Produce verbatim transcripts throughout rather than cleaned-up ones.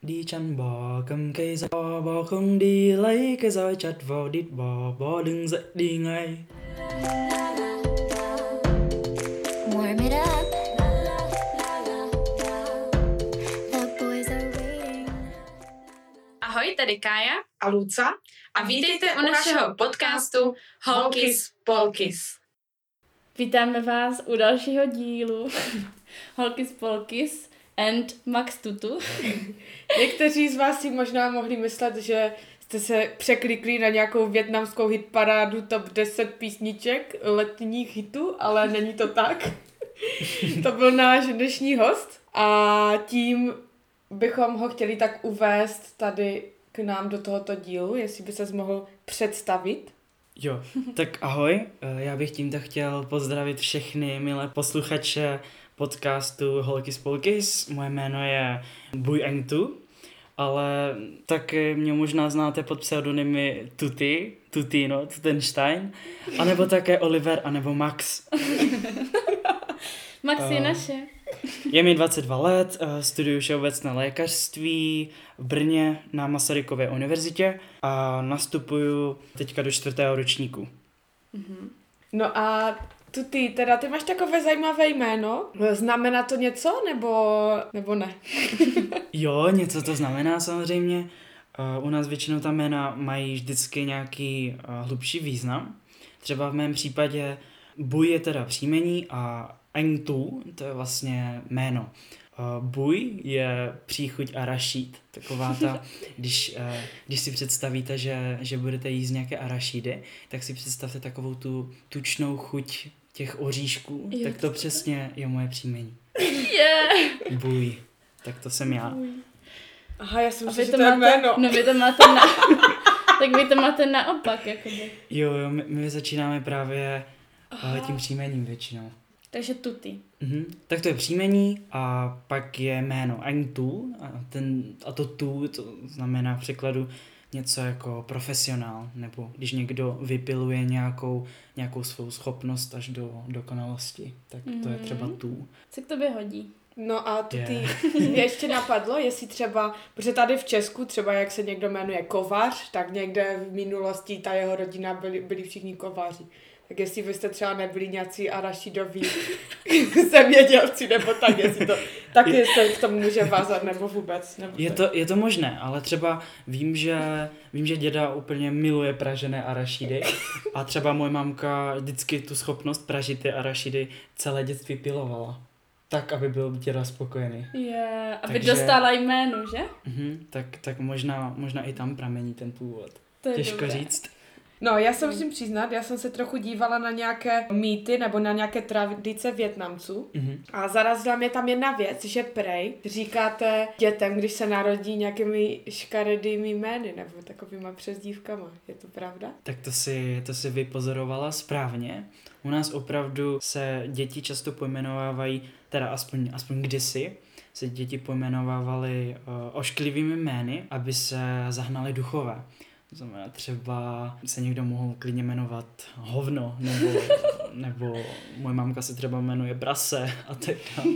Đi chăn bò cầm cây giò, bò không đi lấy cái roi chặt vào đít bò, bò đừng dậy đi ngay. Warm it up. The boys are waiting. Ahoj, tady Kája a Luca a vítejte u našeho podcastu Holkys Polkys. Vítáme vás u dalšího dílu Holkys Polkys and Max Tutu. Někteří z vás si možná mohli myslet, že jste se překlikli na nějakou vietnamskou hitparádu top deset písniček letních hitů, ale není to tak. To byl náš dnešní host a tím bychom ho chtěli tak uvést tady k nám do tohoto dílu, jestli by ses mohl představit. Jo, tak ahoj, já bych tímto chtěl pozdravit všechny milé posluchače podcastu Holkys Polkys. Moje jméno je Bui Anh Tu, ale taky mě možná znáte pod pseudonymy Tuti, Tutino, Tutenstein, anebo také Oliver, anebo Max. Max je Uh, naše. Je mi dvacet dva let, studuju všeobecné lékařství v Brně na Masarykově univerzitě a nastupuju teďka do čtvrtého ročníku. No a Tuti, teda ty máš takové zajímavé jméno. Znamená to něco, nebo, nebo ne? Jo, něco to znamená samozřejmě. U nás většinou ta jména mají vždycky nějaký hlubší význam. Třeba v mém případě Bui je teda příjmení a Anh Tu, to je vlastně jméno. Bui je příchuť arašíd. Taková ta, když, když si představíte, že, že budete jíst nějaké arašídy, tak si představte takovou tu tučnou chuť těch oříšků. Jo, tak to přesně je moje příjmení. Yeah. Bui. Tak to jsem já. Aha, já jsem A myslím, vy že to to je máte, jméno. no vy to máte na, tak vy to máte naopak, jakoby. Jo, jo, my, my začínáme právě uh, tím příjmením většinou. Takže Tuti. Mhm. Tak to je příjmení a pak je jméno Anh Tu a, ten, a to tu to znamená v překladu něco jako profesionál, nebo když někdo vypiluje nějakou, nějakou svou schopnost až do dokonalosti, tak to je třeba tu. Co k tobě hodí? No a Tuti, Je. mě ještě napadlo, jestli třeba, protože tady v Česku třeba jak se někdo jmenuje kovař, tak někde v minulosti ta jeho rodina byli, byli všichni kovaři. Tak jestli byste třeba nebyli nějací arašidoví zemědělci, nebo tak, jestli to taky se k tomu může vázat, nebo vůbec. Nebo Je to, je to možné, ale třeba vím, že, vím, že děda úplně miluje pražené arašidy a třeba moje mamka vždycky tu schopnost pražit ty arašidy celé dětství pilovala. Tak, aby byl děda spokojený. Je, aby Takže- dostala jméno, že? Mhm, tak, tak možná, možná i tam pramení ten původ. To je Těžko dobré. říct. No, já se musím přiznat, já jsem se trochu dívala na nějaké mýty nebo na nějaké tradice Vietnamců Mhm. a zarazila mě tam jedna věc, že prej říkáte dětem, když se narodí nějakými škaredými jmény nebo takovýma přezdívkama. Je to pravda? Tak to si, to si vypozorovala správně. U nás opravdu se děti často pojmenovávají, teda aspoň, aspoň kdysi, se děti pojmenovávaly uh, ošklivými jmény, aby se zahnali duchové. To znamená, třeba se někdo mohl klidně jmenovat hovno, nebo, nebo moje mamka se třeba jmenuje Brase a tak dále.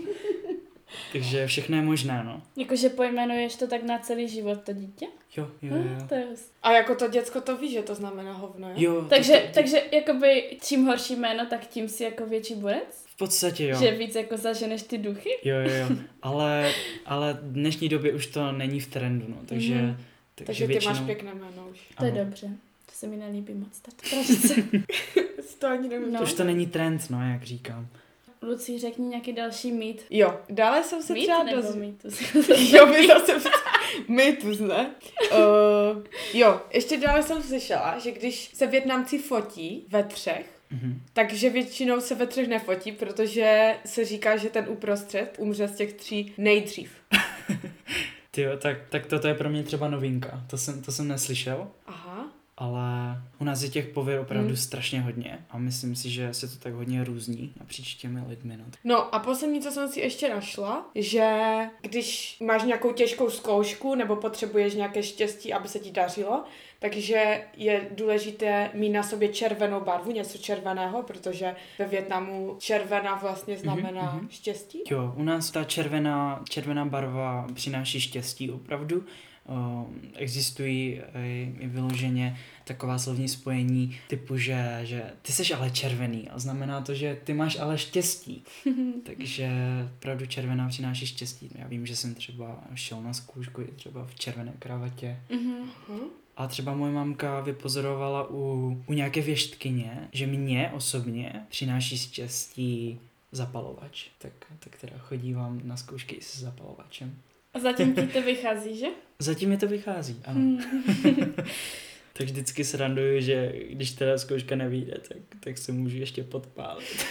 Takže všechno je možné, no. Jakože pojmenuješ to tak na celý život to dítě? Jo, jo, Hm, jo. to je hustý. A jako to děcko to ví, že to znamená hovno, jo? jo Takže, to, to, takže jakoby čím horší jméno, tak tím si jako větší borec? v podstatě jo. Že víc jako zaženeš ty duchy? Jo, jo, jo. Ale, ale v dnešní době už to není v trendu, no. Takže, Mhm. takže, Takže ty většinou... máš pěkné jméno už. To je Ano. dobře. To se mi nelíbí moc, tato tradice. To ani nevím. No. To už to není trend, no, jak říkám. Luci, řekni nějaký další mýt. Jo, dále jsem se Mýt třeba nebo doz... mýtus? Jo, my zase mýtus, ne? Uh, jo, ještě dále jsem slyšela, že když se Vietnamci fotí ve třech, Mhm. takže většinou se ve třech nefotí, protože se říká, že ten uprostřed umře z těch tří nejdřív. Tyjo, tak, tak toto je pro mě třeba novinka. To jsem, to jsem neslyšel. Aha. ale u nás je těch pověr opravdu Hmm. strašně hodně a myslím si, že se to tak hodně různí napříč těmi lidmi. No. No a poslední, co jsem si ještě našla, že když máš nějakou těžkou zkoušku nebo potřebuješ nějaké štěstí, aby se ti dařilo, takže je důležité mít na sobě červenou barvu, něco červeného, protože ve Vietnamu červená vlastně znamená Mhm, mhm. štěstí. Jo, u nás ta červená, červená barva přináší štěstí opravdu. Uh, existují i, i vyloženě taková slovní spojení typu, že, že ty seš ale červený a znamená to, že ty máš ale štěstí. Takže opravdu červená přináší štěstí. Já vím, že jsem třeba šel na zkoušku i třeba v červené kravatě. Mhm. Hm? A třeba moje mamka vypozorovala u, u nějaké věštkyně, že mě osobně přináší štěstí zapalovač. Tak, tak teda chodívám na zkoušky i se zapalovačem. A zatím ti to vychází, že? Zatím mi to vychází, ano. Hmm. Tak vždycky se randuju, že když teda zkouška nevyjde, tak, tak se můžu ještě podpálit.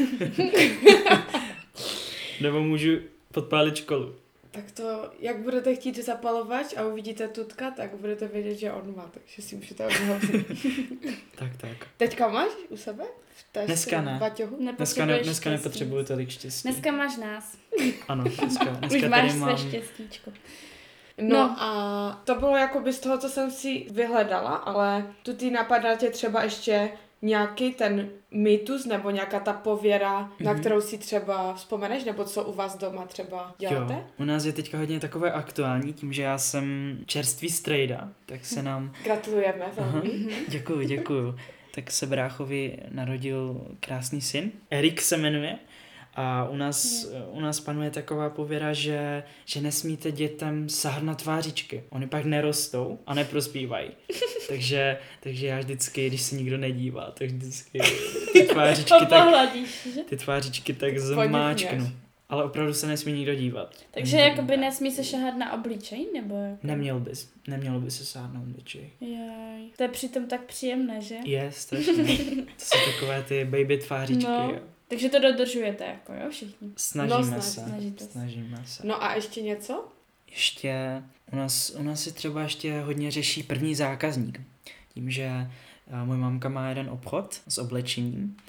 Nebo můžu podpálit školu. Tak to, jak budete chtít zapalovač a uvidíte tutka, tak budete vědět, že on má, takže si můžete odhovořit. Tak, tak. Teďka máš u sebe? V té Dneska ne. baťohu? Dneska, ne, dneska nepotřebuju tolik štěstí. Dneska máš nás. Ano, dneska, Už dneska máš tady své mám... štěstíčko. No, No. a to bylo jakoby z toho, co jsem si vyhledala, ale tu ty napadá tě třeba ještě nějaký ten mýtus nebo nějaká ta pověra, mm-hmm. na kterou si třeba vzpomeneš, nebo co u vás doma třeba děláte? Jo, u nás je teďka hodně takové aktuální, tím, že já jsem čerstvý strejda, tak se nám... Gratulujeme Aha, velmi. děkuju, děkuju. Tak se bráchovi narodil krásný syn, Erik se jmenuje. A u nás, u nás panuje taková pověra, že, že nesmíte dětem sahat na tvářičky. Oni pak nerostou a neprospívají. takže, takže já vždycky, když se nikdo nedívá, tak vždycky ty tvářičky tak, Pohladíš, že? ty tvářičky tak zmáčknu. Poněchněš. Ale opravdu se nesmí nikdo dívat. Takže Nikdo jakoby dívat. nesmí se šahat na obličej, nebo jako? Neměl bys, nemělo by se sahat na obličej. Jaj. To je přitom tak příjemné, že? Je, strašně. To jsou takové ty baby tvářičky. No. Jo. Takže to dodržujete, jako jo, všichni. Snažíme No, snaž- se, snažíte se. snažíme se. No a ještě něco? Ještě u nás, u nás se třeba ještě hodně řeší první zákazník. Tím, že uh, moje mamka má jeden obchod s oblečením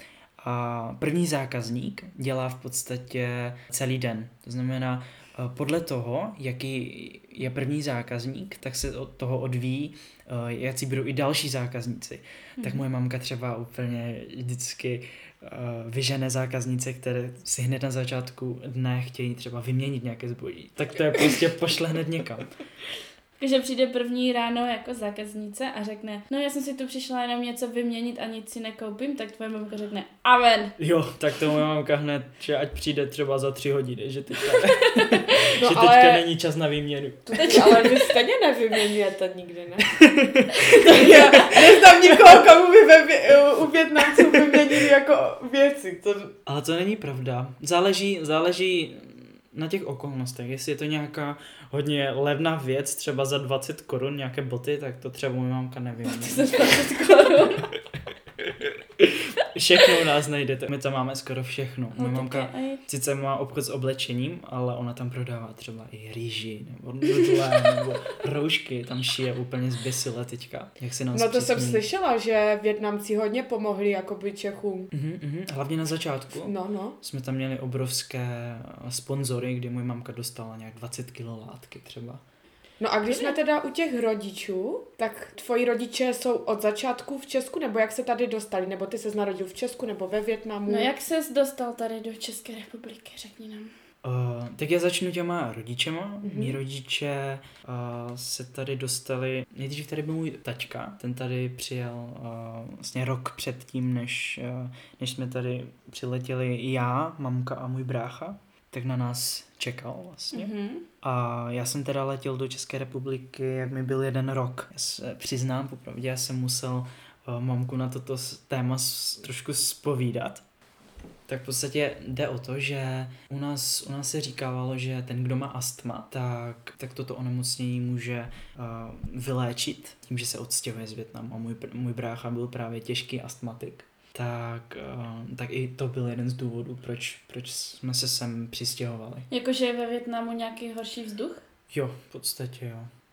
a první zákazník dělá v podstatě celý den. To znamená, uh, podle toho, jaký je první zákazník, tak se od toho odvíjí, uh, jaký budou i další zákazníci. Hmm. Tak moje mamka třeba úplně vždycky uh, vyžene zákaznice, které si hned na začátku dne chtějí třeba vyměnit nějaké zboží. Tak to je prostě pošle hned někam. Takže přijde první ráno jako zákaznice a řekne, no já jsem si tu přišla jenom něco vyměnit a nic si nekoupím, tak tvoje mamka řekne, amen. Jo, tak to moje mamka hned, že ať přijde třeba za tři hodiny, že teďka, No že teďka ale není čas na výměnu. teď ale vy stejně nevyměňujete nikdy, ne? Já neznám nikoho, komu by ve, Vě- u Vietnamců vyměnili jako věci. To... Ale to není pravda. Záleží, záleží na těch okolnostech. Jestli je to nějaká hodně levná věc, třeba za dvacet korun nějaké boty, tak to třeba moje mamka nevymění. Všechno u nás najdete. My tam máme skoro všechno. Moje mamka sice má obchod s oblečením, ale ona tam prodává třeba i rýži, nebo nudle, nebo roušky. Tam šije úplně zběsile teďka. Jak se nás No to jsem přesmějí. slyšela, že Vietnamci hodně pomohli jakoby Čechům. Mhm, mhm. Hlavně na začátku. No, no. Jsme tam měli obrovské sponzory, kdy moje mamka dostala nějak dvacet kilo látky třeba. No a když jsme teda u těch rodičů, tak tvoji rodiče jsou od začátku v Česku, nebo jak se tady dostali? Nebo ty se narodil v Česku, nebo ve Vietnamu? No jak ses dostal tady do České republiky, řekni nám. Uh, tak já začnu těma rodičema. Mhm. Mí rodiče uh, se tady dostali, nejdřív tady byl můj tačka, ten tady přijel uh, vlastně rok předtím, než, uh, než jsme tady přiletěli já, mamka a můj brácha, tak na nás čekal vlastně. Mhm. A já jsem teda letěl do České republiky, jak mi byl jeden rok. Já se přiznám, popravdě, já jsem musel uh, mamku na toto s- téma s, trošku zpovídat. Tak v podstatě jde o to, že u nás, u nás se říkávalo, že ten, kdo má astma, tak, tak toto onemocnění může uh, vyléčit tím, že se odstěhuje z Vietnamu. A můj, pr- můj brácha byl právě těžký astmatik. Tak, uh, tak i to byl jeden z důvodů, proč, proč jsme se sem přistěhovali. Jakože je ve Vietnamu nějaký horší vzduch? Jo, v podstatě jo.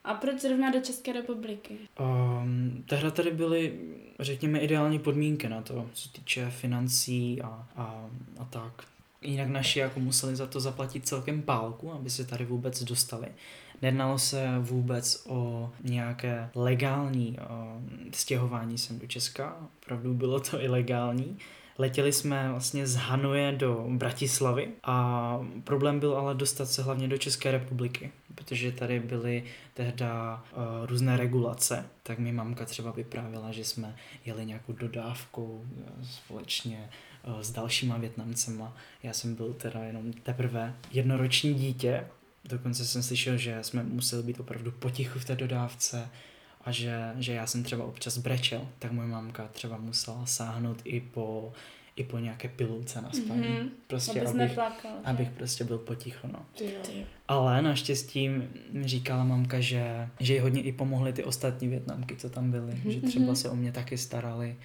A proč zrovna do České republiky? Um, tehdy tady byly, řekněme, ideální podmínky na to, co týče financí a, a, a tak. Jinak naši jako museli za to zaplatit celkem pálku, aby se tady vůbec dostali. Nejednalo se vůbec o nějaké legální uh, stěhování sem do Česka, opravdu bylo to ilegální. Letěli jsme vlastně z Hanoje do Bratislavy a problém byl ale dostat se hlavně do České republiky, protože tady byly tehda uh, různé regulace. Tak mi mamka třeba vyprávěla, že jsme jeli nějakou dodávkou uh, společně uh, s dalšíma Vietnamcema. Já jsem byl teda jenom teprve jednoroční dítě, dokonce jsem slyšel, že jsme museli být opravdu potichu v té dodávce a že, že já jsem třeba občas brečel, tak moje mamka třeba musela sáhnout i po, i po nějaké pilulce na spaní. Mm-hmm. Prostě, Abys abych, neplakal. abych prostě byl poticho, no. Ty jo. Ty. Ale naštěstí mi říkala mamka, že, že jí hodně i pomohly ty ostatní Vietnamky, co tam byly, mm-hmm. že třeba se o mě taky starali,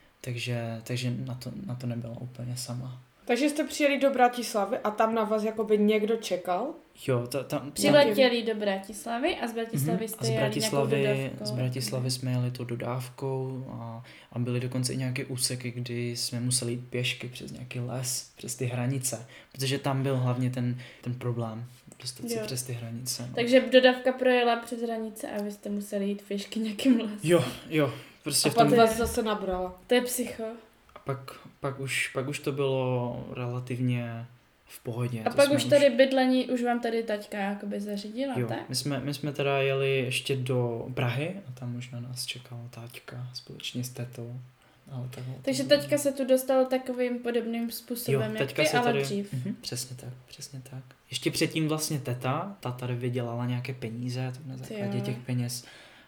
takže, takže na, to, na to nebyla úplně sama. Takže jste přijeli do Bratislavy a tam na vás jakoby někdo čekal? Jo, ta, tam... Přiletěli do Bratislavy a z Bratislavy Mhm. jste A z jeli Bratislavy, nějakou dodávkou. z Bratislavy jsme jeli tou dodávkou a, a byly dokonce i nějaké úseky, kdy jsme museli jít pěšky přes nějaký les, přes ty hranice, protože tam byl hlavně ten, ten problém, dostat se Jo. přes ty hranice. No. Takže dodávka projela přes hranice a vy jste museli jít pěšky nějakým lesem. Jo, jo, prostě A v tom... pak vás zase nabrala. To je psycho. A pak, pak, už, pak už to bylo relativně v pohodě. A to pak jsme už tady bydlení, už vám tady taťka jakoby zařídila, Jo, tak? my jsme, my jsme teda jeli ještě do Prahy a tam už na nás čekala táťka společně s tetou. Ale takhle to Takže bylo. teďka se tu dostal takovým podobným způsobem, Jo, jak teďka ty, se ale tady, dřív. Mhm, přesně tak, přesně tak. Ještě předtím vlastně teta, ta tady vydělala nějaké peníze, tak na základě jo. těch peněz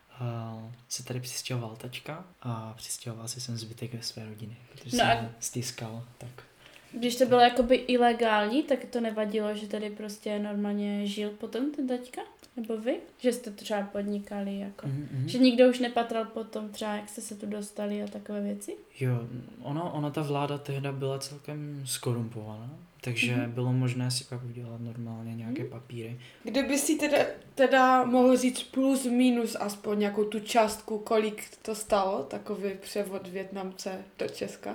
uh, se tady přistěhoval tačka a přistěhoval si sem zbytek ve své rodiny, protože No no a- jsem stýskal, tak. Když to bylo jakoby ilegální, tak to nevadilo, že tady prostě normálně žil potom ten taťka? Nebo vy? Že jste třeba podnikali jako... Mhm, mhm. Že nikdo už nepatral potom třeba, jak jste se tu dostali a takové věci? Jo, ono, ona ta vláda tehda byla celkem skorumpovaná, takže Mhm. bylo možné si pak udělat normálně nějaké papíry. Kdyby si teda, teda mohl říct plus minus aspoň nějakou tu částku, kolik to stalo, takový převod Vietnamce do Česka?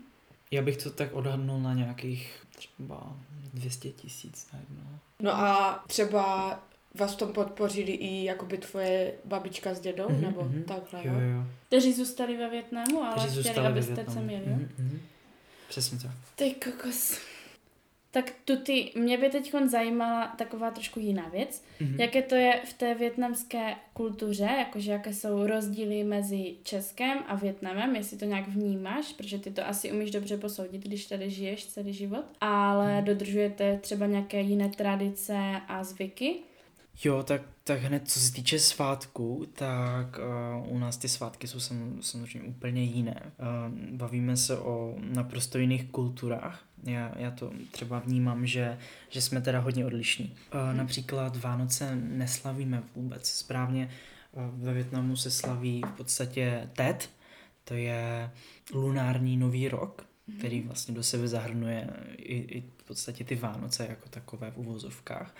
Já bych to tak odhadnul na nějakých třeba dvě stě tisíc najednou. No a třeba vás v tom podpořili i jakoby tvoje babička s dědou, Mhm, nebo mhm. takhle, Jo, jo? jo. Kteří zůstali ve Vietnamu, ale Kteří chtěli, zůstali ve abyste Vietnamu. sem jeli, jo? Mhm, mhm. Přesně tak. Ty kokos. Tak tu ty, mě by teď zajímala taková trošku jiná věc. Mhm. Jaké to je v té vietnamské kultuře, jakože jaké jsou rozdíly mezi Českem a Vietnamem, jestli to nějak vnímáš, protože ty to asi umíš dobře posoudit, když tady žiješ celý život, ale dodržujete třeba nějaké jiné tradice a zvyky. Jo, tak, tak hned co se týče svátků, tak uh, u nás ty svátky jsou sam, samozřejmě úplně jiné. Uh, bavíme se o naprosto jiných kulturách. Já, já to třeba vnímám, že, že jsme teda hodně odlišní. Uh, například Vánoce neslavíme vůbec správně. Uh, ve Vietnamu se slaví v podstatě Tet, to je lunární nový rok, který vlastně do sebe zahrnuje i, i v podstatě ty Vánoce jako takové v uvozovkách.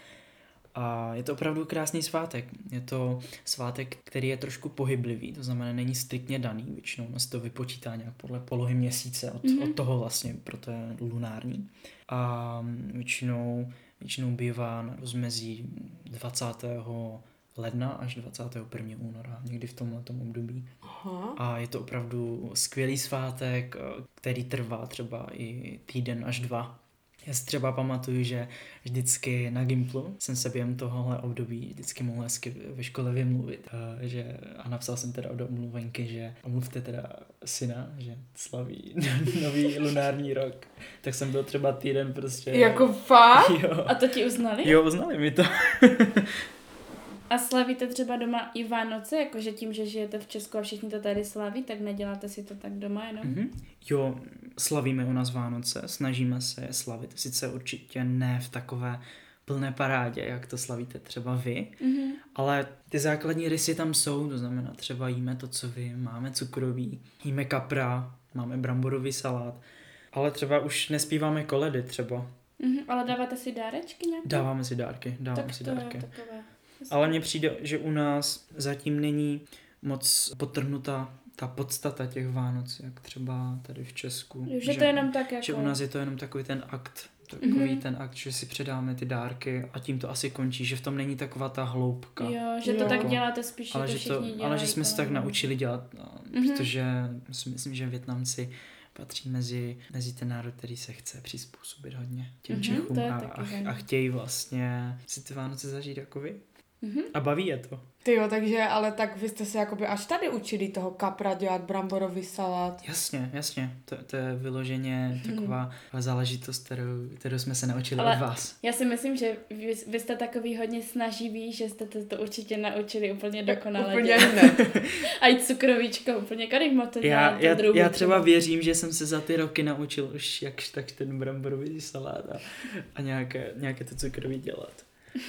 A je to opravdu krásný svátek. Je to svátek, který je trošku pohyblivý, to znamená, není striktně daný, většinou se to vypočítá nějak podle polohy měsíce, od, Mhm. od toho vlastně, proto je lunární. A většinou, většinou bývá na rozmezí dvacátého ledna až dvacátého prvního února, někdy v tomhletom období. Aha. A je to opravdu skvělý svátek, který trvá třeba i týden až dva. Já si třeba pamatuju, že vždycky na Gimplu jsem se během tohohle období vždycky mohl hezky ve škole vymluvit. A, že, a napsal jsem teda do omluvenky, že omluvte teda syna, že slaví nový lunární rok. Tak jsem byl třeba týden prostě... Jako fakt? Jo, A to ti uznali? jo uznali mi to. A slavíte třeba doma i Vánoce, jakože tím, že žijete v Česku a všichni to tady slaví, tak neděláte si to tak doma jenom? Mhm. Jo, slavíme u nás Vánoce, snažíme se je slavit. Sice určitě ne v takové plné parádě, jak to slavíte třeba vy, Mhm. ale ty základní rysy tam jsou, to znamená třeba jíme to, co vy, máme cukroví, jíme kapra, máme bramborový salát, ale třeba už nespíváme koledy třeba. Mhm. Ale dáváte si dárečky nějaké? Dáváme si dárky, dáváme Tak si to dárky. je takové. Ale mně přijde, že u nás zatím není moc podtrhnutá ta podstata těch Vánoc, jak třeba tady v Česku. Jo, že to je jenom tak jako... Že u nás je to jenom takový ten akt, takový Mhm. ten akt, že si předáme ty dárky a tím to asi končí, že v tom není taková ta hloubka. Jo, že Jo. to tak děláte spíš, ale, že to že to, všichni dělají. ale že jsme se tak kolem. naučili dělat, no, Mhm. protože si myslím, že Vietnamci patří mezi, mezi ten národ, který se chce přizpůsobit hodně těm Mhm, Čechům to je a, taky a, zajímavé. a chtějí vlastně si ty Vánoce zažít jako vy. Mhm. A baví je to. Ty jo, takže, ale tak vy jste se jakoby až tady učili toho kapra dělat, bramborový salát. Jasně, jasně. To, to je vyloženě taková záležitost, kterou, kterou jsme se naučili Ale- od vás. Já si myslím, že vy, vy jste takový hodně snaživý, že jste to, to určitě naučili úplně dokonale Úplně dělat. ne. A i cukrovíčko úplně, kolik máte Já, dělat já, druhů já třeba věřím, že jsem se za ty roky naučil už jakž tak ten bramborový salát a, a nějaké, nějaké to cukroví dělat.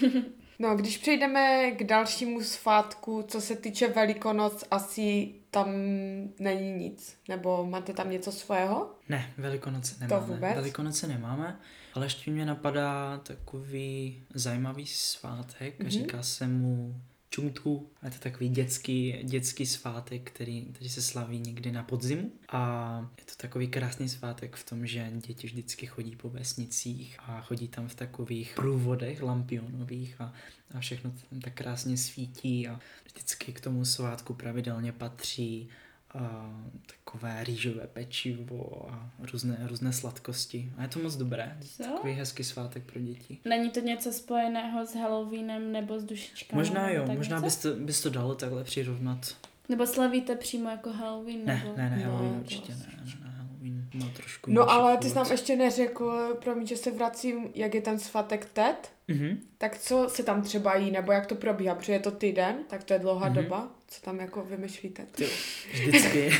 No, když přejdeme k dalšímu svátku, co se týče Velikonoc, asi tam není nic. Nebo máte tam něco svého? Ne, Velikonoce To nemáme. vůbec? Velikonoce nemáme, ale ještě mě napadá takový zajímavý svátek, Mhm. mm-hmm. říká se mu Čumtu. Je to takový dětský, dětský svátek, který, který se slaví někdy na podzimu. A je to takový krásný svátek v tom, že děti vždycky chodí po vesnicích a chodí tam v takových průvodech lampionových a, a všechno tam tak krásně svítí a vždycky k tomu svátku pravidelně patří a takové rýžové pečivo a různé, různé sladkosti. A je to moc dobré. Co? Takový hezký svátek pro děti. Není to něco spojeného s Halloweenem nebo s dušičkami? Možná jo, nebo tak možná něco? bys to, bys to dalo takhle přirovnat. Nebo slavíte přímo jako Halloween? Ne, nebo... ne, ne, No, Halloween to určitě asi. ne, ne, Halloween má trošku No jiný ale ty jsi původ. nám ještě neřekl, promiň, že se vracím, jak je ten svátek Tet. Mhm. Tak co se tam třeba jí, nebo jak to probíhá, protože je to týden, tak to je dlouhá Mhm. doba. Co tam jako vymýšlíte? Ty, vždycky.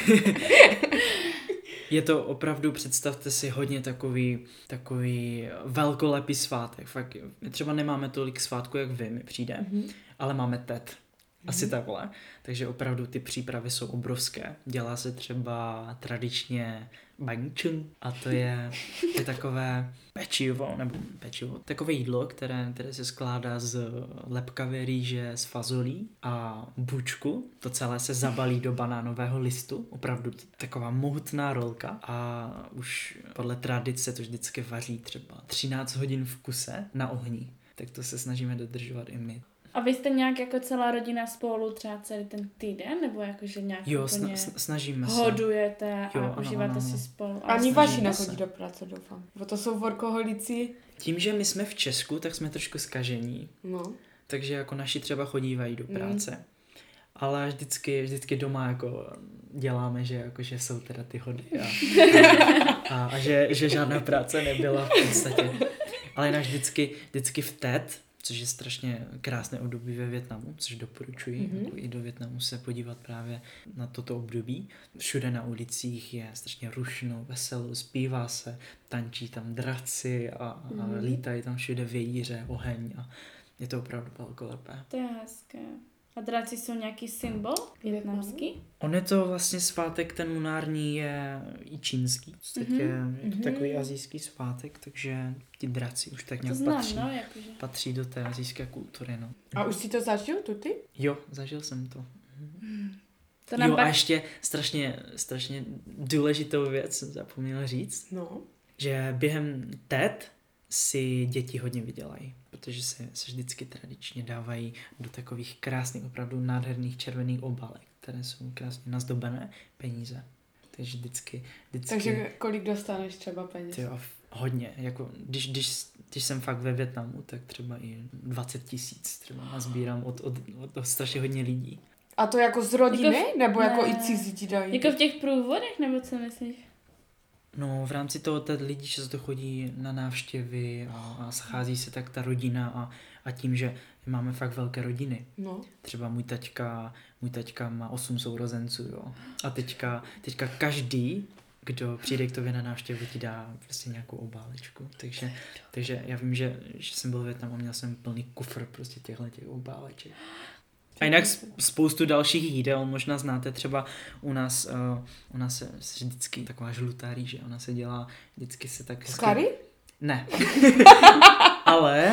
Je to opravdu, představte si, hodně takový, takový velkolepý svátek. Fakt, my třeba nemáme tolik svátků, jak vy, mi přijde, Mhm. ale máme Tet. Asi takhle. Takže opravdu ty přípravy jsou obrovské. Dělá se třeba tradičně bánh a to je, je takové pečivo, nebo pečivo, takové jídlo, které, které se skládá z lepkavé rýže, z fazolí a bučku. To celé se zabalí do banánového listu. Opravdu taková mohutná rolka a už podle tradice to vždycky vaří třeba třináct hodin v kuse na ohni. Tak to se snažíme dodržovat i my. A vy jste nějak jako celá rodina spolu třeba celý ten týden? Nebo jakože nějak Jo, úplně sna- snažíme se. hodujete a Jo, ano, užíváte ano, si ano. spolu? Ani snažíme vaši se. nechodí do práce, doufám. Bo to jsou workoholici. Tím, že my jsme v Česku, tak jsme trošku zkažení. No. Takže jako naši třeba chodívají do práce. Mm. Ale vždycky, vždycky doma jako děláme, že, jako, že jsou teda ty hody a, a, a že, že žádná práce nebyla v podstatě. Ale jinak vždycky, vždycky v Tet, což je strašně krásné období ve Vietnamu, což doporučuji, Mhm. jako i do Vietnamu se podívat právě na toto období. Všude na ulicích je strašně rušno, veselo, zpívá se, tančí tam draci a, a Mhm. lítají tam všude vějíře, oheň a je to opravdu velkolepé. To je hezké. A draci jsou nějaký symbol vietnamský? On je to vlastně svátek, ten lunární je i čínský. V podstatě Mhm. je to Mhm. takový asijský svátek, takže ti draci už tak To nějak znám, patří, no, jakože. patří do té asijské kultury. No. A už si to zažil, tu ty? Jo, zažil jsem to. To nám Jo, pak... a ještě strašně, strašně důležitou věc jsem zapomněl říct, No. že během Tet si děti hodně vydělají, protože se, se vždycky tradičně dávají do takových krásných, opravdu nádherných červených obalek, které jsou krásně nazdobené peníze. Takže vždycky, vždycky Takže kolik dostaneš třeba peněz? tyjo, hodně. Jako, když, když, když jsem fakt ve Vietnamu, tak třeba i dvacet tisíc třeba nazbírám od, od, od, od strašně hodně lidí. A to jako z rodiny? Jako v- Nebo jako ne. i cizí ti dají? Jako v těch průvodech, nebo co myslíš? No, v rámci toho ty lidi často chodí na návštěvy a, a schází se tak ta rodina a, a tím, že máme fakt velké rodiny. No. Třeba můj taťka, můj taťka má osm sourozenců, jo. A teďka, teďka každý, kdo přijde k tobě na návštěvu, ti dá prostě nějakou obálečku. Takže, takže já vím, že, že jsem byl v Vietnamu a měl jsem plný kufr prostě těchto těch obáleček. A jinak s- spoustu dalších jídel, možná znáte třeba u nás, uh, u nás se se vždycky taková žlutá rýže, ona se dělá, vždycky se tak... Z kary? Ne. ale,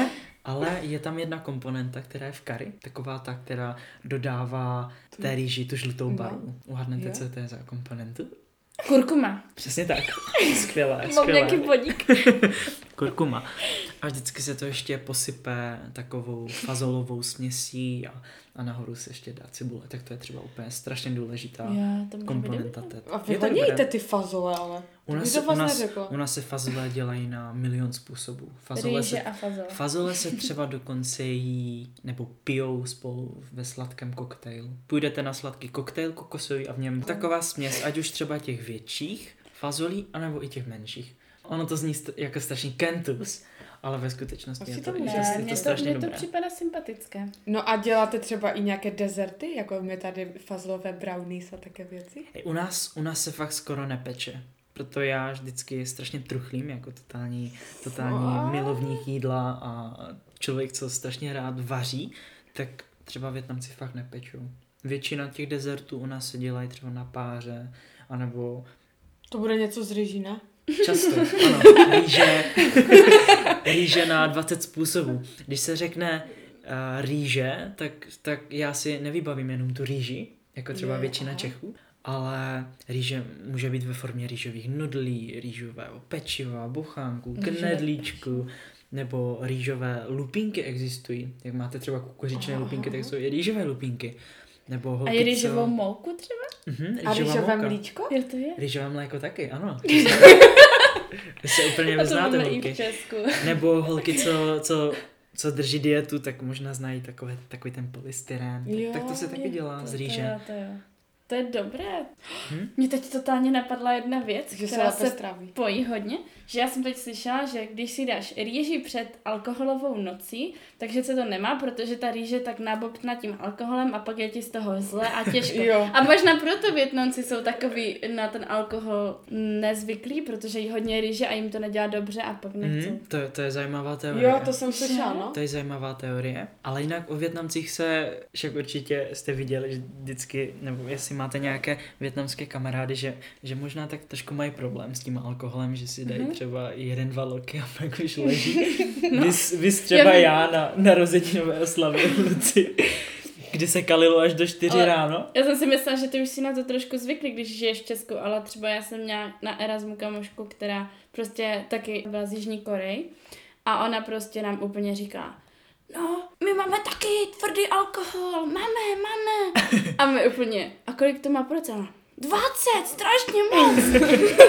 Ale je tam jedna komponenta, která je v kari, taková ta, která dodává té rýži tu žlutou barvu. Uhádnete, Jo. co to je za komponentu? Kurkuma. Přesně tak. Skvělé, Mám skvělé. nějaký bodík. Kurkuma. A vždycky se to ještě posype takovou fazolovou směsí a, a nahoru se ještě dá cibule. Tak to je třeba úplně strašně důležitá Jo, to může být komponenta dobré. té. A vy Je to hodně dobré. jíte ty fazole, ale. U nás, Vy se, to u, vlastně nás, neřekla. u nás se fazole dělají na milion způsobů. Fazole Rýže se, a fazole. fazole se třeba dokonce jí nebo pijou spolu ve sladkém koktejlu. Půjdete na sladký koktejl kokosový a v něm taková směs, ať už třeba těch větších fazolí, anebo i těch menších. Ono to zní st- jako strašný kentus, ale ve skutečnosti Asi je to to, může je Ne, to, mně to, strašně mně to dobré. připadá sympatické. No a děláte třeba i nějaké dezerty, jako my tady fazlové brownies a také věci? Hej, u, nás, u nás se fakt skoro nepeče. Proto já vždycky strašně truchlím jako totální, totální What? milovník jídla a člověk, co strašně rád vaří, tak třeba Vietnamci fakt nepečou. Většina těch dezertů u nás se dělají třeba na páře, anebo To bude něco z rýží, ne? často, ano, rýže, rýže na dvacet způsobů. Když se řekne uh, rýže, tak, tak já si nevybavím jenom tu rýži, jako třeba Jo, většina aha. Čechů, ale rýže může být ve formě rýžových nudlí, rýžového pečiva, buchánku, Rýžové knedlíčku, nebo rýžové lupínky existují. Jak máte třeba kukuřičné Aha. lupínky, tak jsou i rýžové lupínky. Nebo A holky, je co- rýžovou mouku třeba? Mhm, A rýžová rýžové mouka. mlíčko? Jo, to je. Rýžové mléko taky, ano. Vy se úplně A to vyznáte, máme i holky. v Česku. Nebo holky, co, co, co drží dietu, tak možná znají takové, takový ten polystyrén. Tak, Jo, tak to se taky Jo, dělá to- z To, rýže. jo, to, jo. To je dobré. Hm? Mně teď totálně napadla jedna věc, Že se která lépe se stráví. pojí hodně, že já jsem teď slyšela, že když si dáš rýži před alkoholovou nocí, takže se to nemá, protože ta rýže tak nabobtná tím alkoholem a pak je ti z toho zle a těžko. Jo. A možná proto Vietnamci jsou takový na ten alkohol nezvyklí, protože jí hodně rýže a jim to nedělá dobře a pak nechcou. Mhm, to, to je zajímavá teorie. Jo, to jsem slyšela, no. To je zajímavá teorie. Ale jinak o Vietnamcích se, však určitě jste viděli, že vždycky, nebo jestli máte nějaké vietnamské kamarády, že, že možná tak trošku mají problém s tím alkoholem, že si dají Mhm. třeba jeden, dva loky a pak už leží. Vys, vys třeba Já vím. já na narozeninové oslavě v Luci, kdy se kalilo až do čtyři Ale- ráno. Já jsem si myslela, že ty už si na to trošku zvykli, když žiješ v Česku, ale třeba já jsem měla na Erasmu kamošku, která prostě taky byla z Jižní Koreji a ona prostě nám úplně říká, no, my máme taky tvrdý alkohol, máme, máme. A my úplně, a kolik to má procent? dvacet, strašně moc.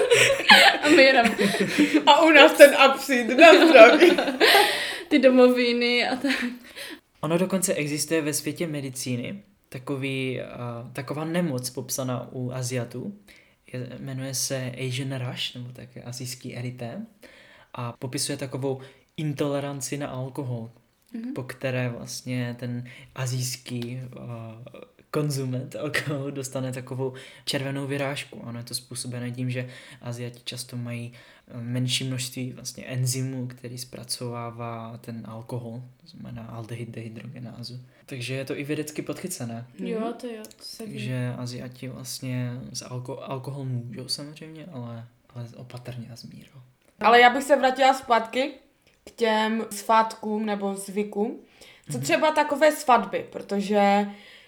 A my jenom A u nás ten absint, na zdraví. ty domoviny a tak. Ono dokonce existuje ve světě medicíny takový, uh, taková nemoc popsaná u Aziatů. Je, jmenuje se Asian Rush, nebo také asijský erytém. A popisuje takovou intoleranci na alkohol, mm-hmm. po které vlastně ten asijský uh, konzument alkoholu dostane takovou červenou vyrážku. Ono je to způsobené tím, že Aziati často mají menší množství vlastně enzymů, který zpracovává ten alkohol, to znamená aldehyd dehydrogenázu. Takže je to i vědecky podchycené. Jo, to jo, to se ví. Takže Aziati vlastně z alko- alkohol můžou samozřejmě, ale, ale opatrně a s mírou. Ale já bych se vrátila zpátky k těm svátkům nebo zvykům. Co třeba takové svatby, protože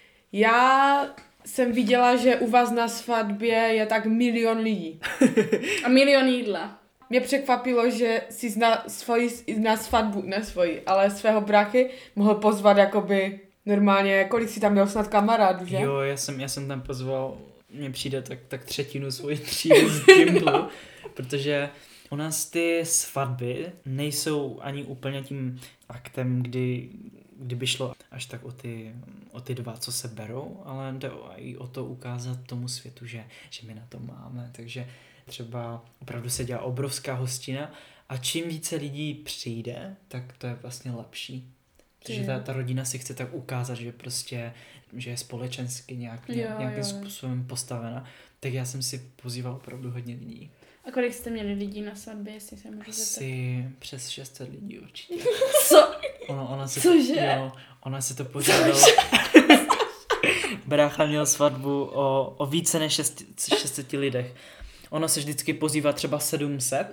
já jsem viděla, že u vás na svatbě je tak milion lidí. A milion jídla. Mě překvapilo, že si na svoji, na svatbu, ne svoji, ale svého bráchy mohl pozvat jakoby normálně, kolik si tam měl snad kamarádů, že? Jo, já jsem, já jsem tam pozval, mně přijde tak, tak třetinu svojí třídy z Gimplu, protože u nás ty svatby nejsou ani úplně tím aktem, kdy, kdyby šlo až tak o ty, o ty dva, co se berou, ale jde i o to ukázat tomu světu, že, že my na to máme, takže třeba opravdu se dělá obrovská hostina a čím více lidí přijde, tak to je vlastně lepší. Protože ta, ta rodina si chce tak ukázat, že prostě, že je společensky nějak, Jo, nějakým jo. způsobem postavena. Tak já jsem si pozýval opravdu hodně lidí. A kolik jste měli lidí na svatbě, jestli se můžu zeptat? Asi přes šest set lidí určitě. Co? Ono, ona se Cože? To, jo, ona se to pořádala. Brácha měl svatbu o, o více než šest set lidech. Ono se vždycky pozývá třeba sedm set,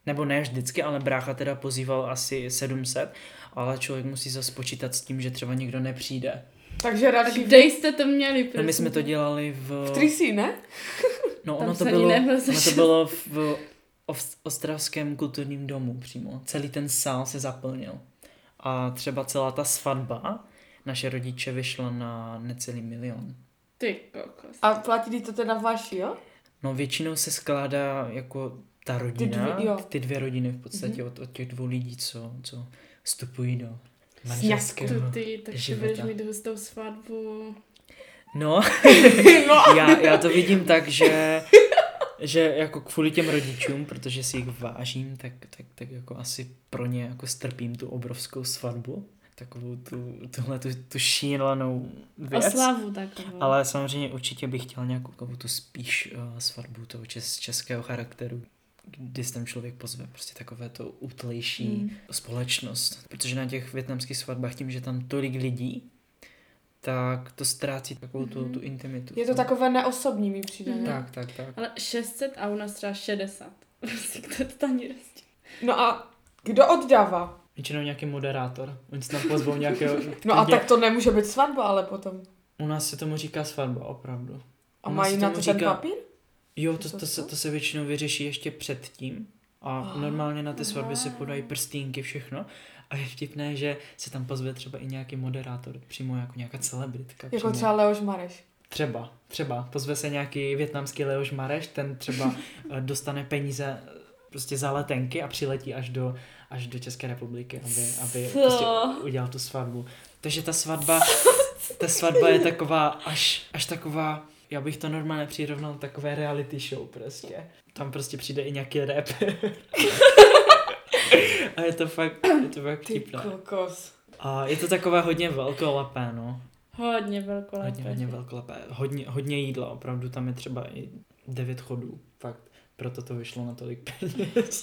Nebo ne vždycky, ale brácha teda pozýval asi sedm set, ale člověk musí zase počítat s tím, že třeba někdo nepřijde. Takže A radši kde jste to měli? No, prosím? my jsme to dělali v... v Trysí, ne? No Tam ono to se bylo, ani nebyl ono to zašel. bylo v Os- Ostravském kulturním domu přímo. Celý ten sál se zaplnil. A třeba celá ta svatba, naše rodiče vyšla na necelý milion. Ty kokos. A platili to teda vaši, jo? No většinou se skládá jako ta rodina, dvě- jo. ty dvě rodiny v podstatě Mhm. od, od těch dvou lidí, co, co vstupují do Tu manželského ty, tak ty života. budeš mít hustou svatbu. No, No. já, já to vidím tak, že, že jako kvůli těm rodičům, protože si jich vážím, tak, tak, tak jako asi pro ně jako strpím tu obrovskou svatbu. Takovou tu, tuhle tu, tu šílenou věc. Oslavu takovou. Ale samozřejmě určitě bych chtěl nějakou takovou tu spíš uh, svatbu toho čes, českého charakteru, kdy se ten člověk pozve prostě takové to útlejší Mm. společnost. Protože na těch vietnamských svatbách tím, že tam tolik lidí, tak to ztrácí takovou tu, tu intimitu. Je to takové neosobní, mi přijde. Mhm. ne? Tak, tak, tak. Ale šest set a u nás třeba šedesát. Prostě to je totální rozdíl. No a kdo oddává? Většinou nějaký moderátor. Oni se tam pozvou nějakého... No a klidně- tak to nemůže být svatba, ale potom. U nás se tomu říká svatba, opravdu. A U nás mají se na tomu to ten říká- papír? Jo, to, To to, se, co? to se většinou vyřeší ještě předtím. A Aha. normálně na ty svatby se podají prstínky, všechno. A je vtipné, že se tam pozve třeba i nějaký moderátor, přímo jako nějaká celebritka. Jako přímo. třeba Leoš Mareš. Třeba, třeba. Pozve se nějaký vietnamský Leoš Mareš, ten třeba eh, dostane peníze eh, prostě za letenky a přiletí až do, až do České republiky, aby, aby Co? prostě udělal tu svatbu. Takže ta svatba, ta svatba je taková, až, až taková, já bych to normálně přirovnal takové reality show prostě. Tam prostě přijde i nějaký rap. A je to fakt, je to fakt Ty vtipné. kokos. A je to takové hodně velkolepé, no. Hodně velkolepé. Hodně, hodně velkolepé. Hodně, hodně jídla, opravdu tam je třeba i devět chodů, fakt. Proto to vyšlo na tolik peněz.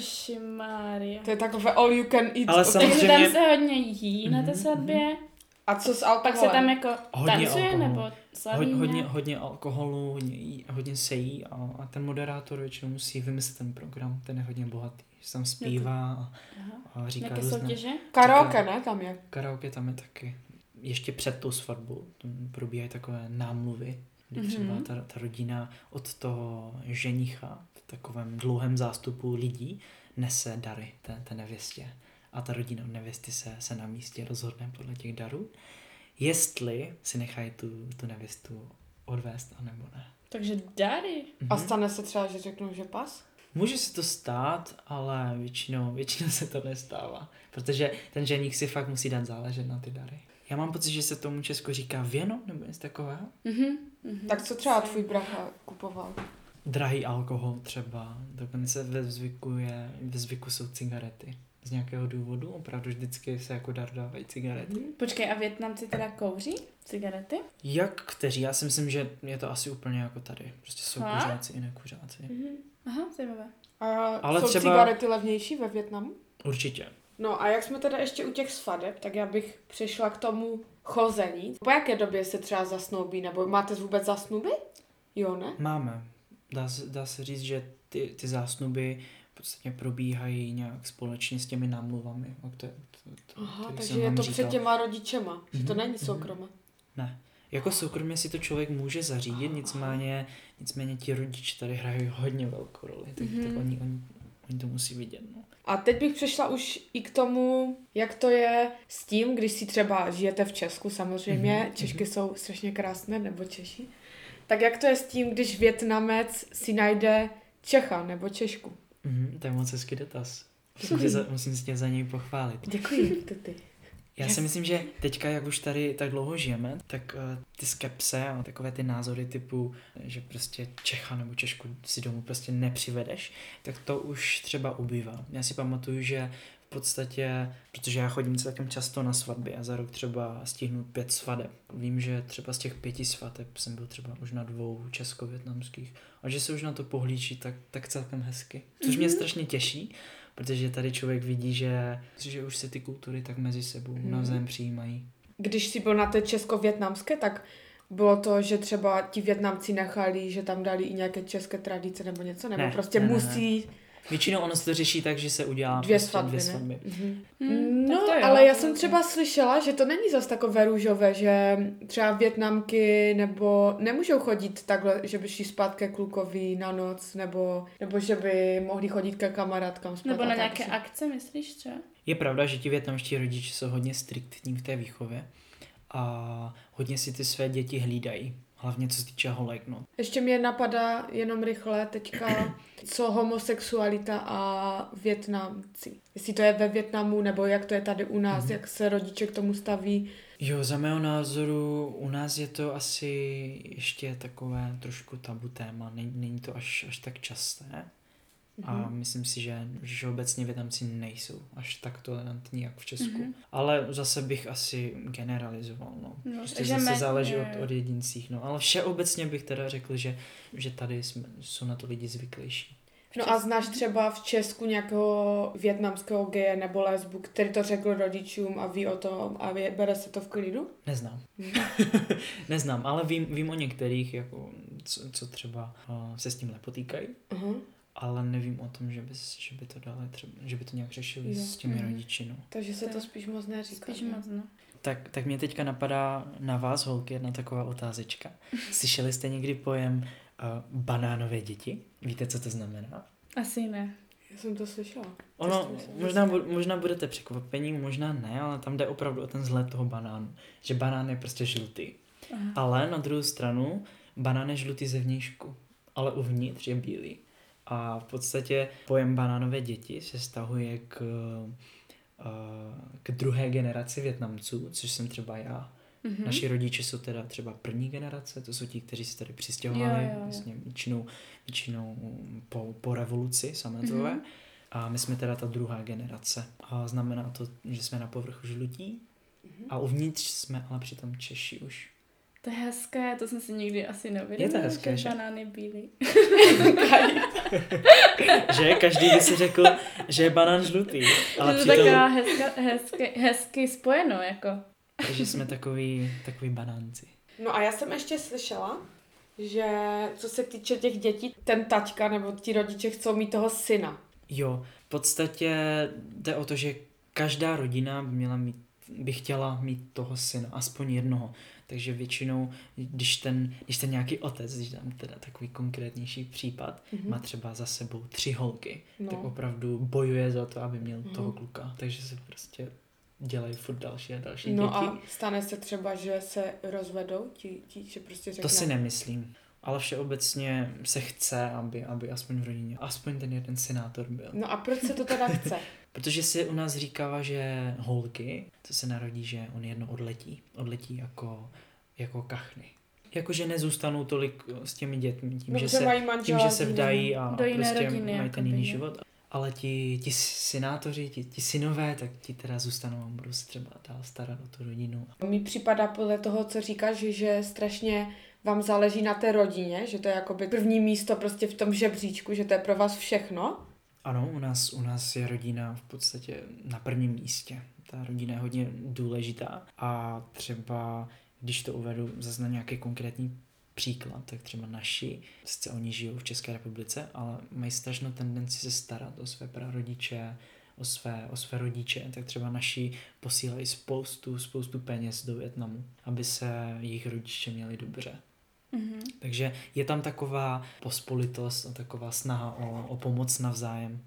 Šišimária. To je takové all you can eat. Ale od- samozřejmě- Takže tam se hodně jí na té Mhm, svatbě. A co s Pak alkoholem? se tam jako Hodně tancuje alkoholu. nebo slaví Ho, hodně, nějak? hodně alkoholu, hodně, jí, hodně se jí a, a ten moderátor většinou musí vymyslet ten program, ten je hodně bohatý. Že tam zpívá a, Aha. a říká Nějaké různé... soutěže? Karaoke, ne? Tam je. Karaoke tam je taky. Ještě před tou svatbou tam probíhají takové námluvy, kdy Mhm. třeba ta, ta rodina od toho ženicha v takovém dlouhém zástupu lidí nese dary té, té nevěstě. A ta rodina od nevěsty se, se na místě rozhodne podle těch darů, jestli si nechají tu, tu nevěstu odvést, anebo ne. Takže dary. A Mhm. stane se třeba, že řeknou, že pas? Může se to stát, ale většinou, většinou se to nestává, protože ten ženich si fakt musí dát záležet na ty dary. Já mám pocit, že se tomu Česku říká věno, nebo něco takového. Mhm. mhm. Tak co třeba tvůj bracha kupoval? Drahý alkohol třeba, dokonce ve zvyku, je, ve zvyku jsou cigarety. Z nějakého důvodu, opravdu vždycky se jako dar dávají cigarety. Počkej, a Vietnamci teda kouří cigarety? Jak kteří? Já si myslím, že je to asi úplně jako tady. Prostě jsou Fakt? kuřáci i nekuřáci. Mhm. Aha, zajímavé. A Ale jsou třeba- cigarety levnější ve Vietnamu? Určitě. No a jak jsme teda ještě u těch svadeb, tak já bych přešla k tomu chození. Po jaké době se třeba zasnoubí, nebo máte vůbec zasnuby? Jo, ne? Máme. Dá se, dá se říct, že ty, ty zásnuby v podstatě probíhají nějak společně s těmi námluvami. O které, to, to, Aha, kterých takže jsem je vám to říkal. před těma rodičema, že to Mhm, není mhm. soukromé. Ne. Jako soukromně si to člověk může zařídit, nicméně, nicméně ti rodiče tady hrají hodně velkou roli, tak, Mhm. tak oni, oni, oni to musí vidět. No. A teď bych přešla už i k tomu, jak to je s tím, když si třeba žijete v Česku samozřejmě, Mhm, Češky jsou strašně krásné, nebo Češi, tak jak to je s tím, když Vietnamec si najde Čecha nebo Češku? Mhm, to je moc hezký dotaz. Musím, tě za, musím se tě za něj pochválit. Děkuji, to ty. Já si myslím, že teďka, jak už tady tak dlouho žijeme, tak uh, ty skepse a takové ty názory typu, že prostě Čecha nebo Češku si domů prostě nepřivedeš, tak to už třeba ubývá. Já si pamatuju, že v podstatě, protože já chodím celkem často na svatby a za rok třeba stihnu pět svadeb. Vím, že třeba z těch pěti svateb jsem byl třeba už na dvou česko-větnamských a že se už na to pohlíží tak, tak celkem hezky. Což mě strašně těší, protože tady člověk vidí, že, že už se ty kultury tak mezi sebou Mhm. navzájem přijímají. Když jsi byl na té česko-větnamské, tak bylo to, že třeba ti Vietnamci nechali, že tam dali i nějaké české tradice nebo něco, nebo Ne, prostě ne, ne, musí Většinou ono se to řeší tak, že se udělá Dvě prostě svatby, dvě ne? svatby. Mhm. Hmm, No, tak to jo, ale já to jsem jo. třeba slyšela, že to není zas takové růžové, že třeba Vietnamky nebo nemůžou chodit takhle, že by šli spát ke klukovi na noc, nebo, nebo že by mohli chodit ke kamarádkám spát. Nebo a na tak, nějaké že- akce, myslíš třeba? Je pravda, že ti vietnamští rodiče jsou hodně striktní v té výchově a hodně si ty své děti hlídají. Hlavně co se týče holek, no. Ještě mě napadá jenom rychle teďka, co homosexualita a Vietnamci. Jestli to je ve Vietnamu, nebo jak to je tady u nás, Mhm. jak se rodiče k tomu staví. Jo, za mého názoru u nás je to asi ještě takové trošku tabu téma. Není, není to až, až tak časté. A Mhm. myslím si, že, že obecně Vietnamci nejsou až tak tolerantní, jak v Česku. Mhm. Ale zase bych asi generalizoval, no. No, Prostě že zase me- záleží jo, od, jo. od jedincích, no. Ale všeobecně bych teda řekl, že, že tady jsme, jsou na to lidi zvyklejší. No a znáš třeba v Česku nějakého vietnamského geje nebo lesbu, který to řekl rodičům a ví o tom a vě- bere se to v klidu? Neznám. Neznám, ale vím, vím o některých, jako, co, co třeba uh, se s tím nepotýkají. Uh-huh. Ale nevím o tom, že by, že by to dali třeba, že by to nějak řešili Jo. s těmi Mhm. rodiči, no. Takže se to To- spíš moc neříká. Spíš ne? moc, no. Tak, tak mě teďka napadá na vás, holky, jedna taková otázečka. Slyšeli jste někdy pojem uh, banánové děti? Víte, co to znamená? Asi ne. Já jsem to slyšela. Ono, To jste- možná, bu- možná budete překvapení, možná ne, ale tam jde opravdu o ten vzhled toho banánu. Že banán je prostě žlutý. Aha. Ale na druhou stranu, banán je žlutý zevnějšku, ale uvnitř je bílý. A v podstatě pojem banánové děti se vztahuje k, eh, k druhé generaci Vietnamců, což jsem třeba já. Mhm. Naši rodiče jsou teda třeba první generace, to jsou ti, kteří se tady přistěhovali, Jo, jo, jo. vlastně většinou, většinou po, po revoluci sametové. Mhm. A my jsme teda ta druhá generace. A znamená to, že jsme na povrchu žlutí a uvnitř jsme ale přitom Češi už. To je hezké, to jsem si nikdy asi neuvědomila, Je to hezké, že že? banán je bílý. Že? Každý by si řekl, že je banán žlutý. Ale je to přitom, taková hezka, hezky, hezky spojeno, jako. že jsme takový, takový banánci. No a já jsem ještě slyšela, že co se týče těch dětí, ten taťka nebo ti rodiče chcou mít toho syna. Jo, v podstatě jde o to, že každá rodina by měla mít, by chtěla mít toho syna, aspoň jednoho. Takže většinou, když ten, když ten nějaký otec, když dám teda takový konkrétnější případ, Mhm. má třeba za sebou tři holky, No. tak opravdu bojuje za to, aby měl Mhm. toho kluka. Takže se prostě dělají furt další a další No děti. a stane se třeba, že se rozvedou, ti, ti že prostě řekne... To si nemyslím. Ale všeobecně se chce, aby, aby aspoň v rodině, aspoň ten jeden senátor byl. No a proč se to teda chce? Protože se u nás říkává, že holky, co se narodí, že on jedno odletí. Odletí jako, jako kachny. Jakože nezůstanou tolik s těmi dětmi, tím, No, že, že se, mají tím manžela že se z vdají a do jiné prostě rodiny, mají ten jakoby, jiný že? život. Ale ti, ti synátoři, ti, ti synové, tak ti teda zůstanou a budou se třeba dál starat o tu rodinu. Mi připadá podle toho, co říkáš, že, že strašně vám záleží na té rodině, že to je jakoby první místo prostě v tom žebříčku, že to je pro vás všechno. Ano, u nás, u nás je rodina v podstatě na prvním místě. Ta rodina je hodně důležitá a třeba, když to uvedu zase na nějaký konkrétní příklad, tak třeba naši, sice oni žijou v České republice, ale mají strašnou tendenci se starat o své prarodiče, o své, o své rodiče, tak třeba naši posílají spoustu, spoustu peněz do Vietnamu, aby se jejich rodiče měli dobře. Mhm. Takže je tam taková pospolitost a taková snaha o, o pomoc navzájem.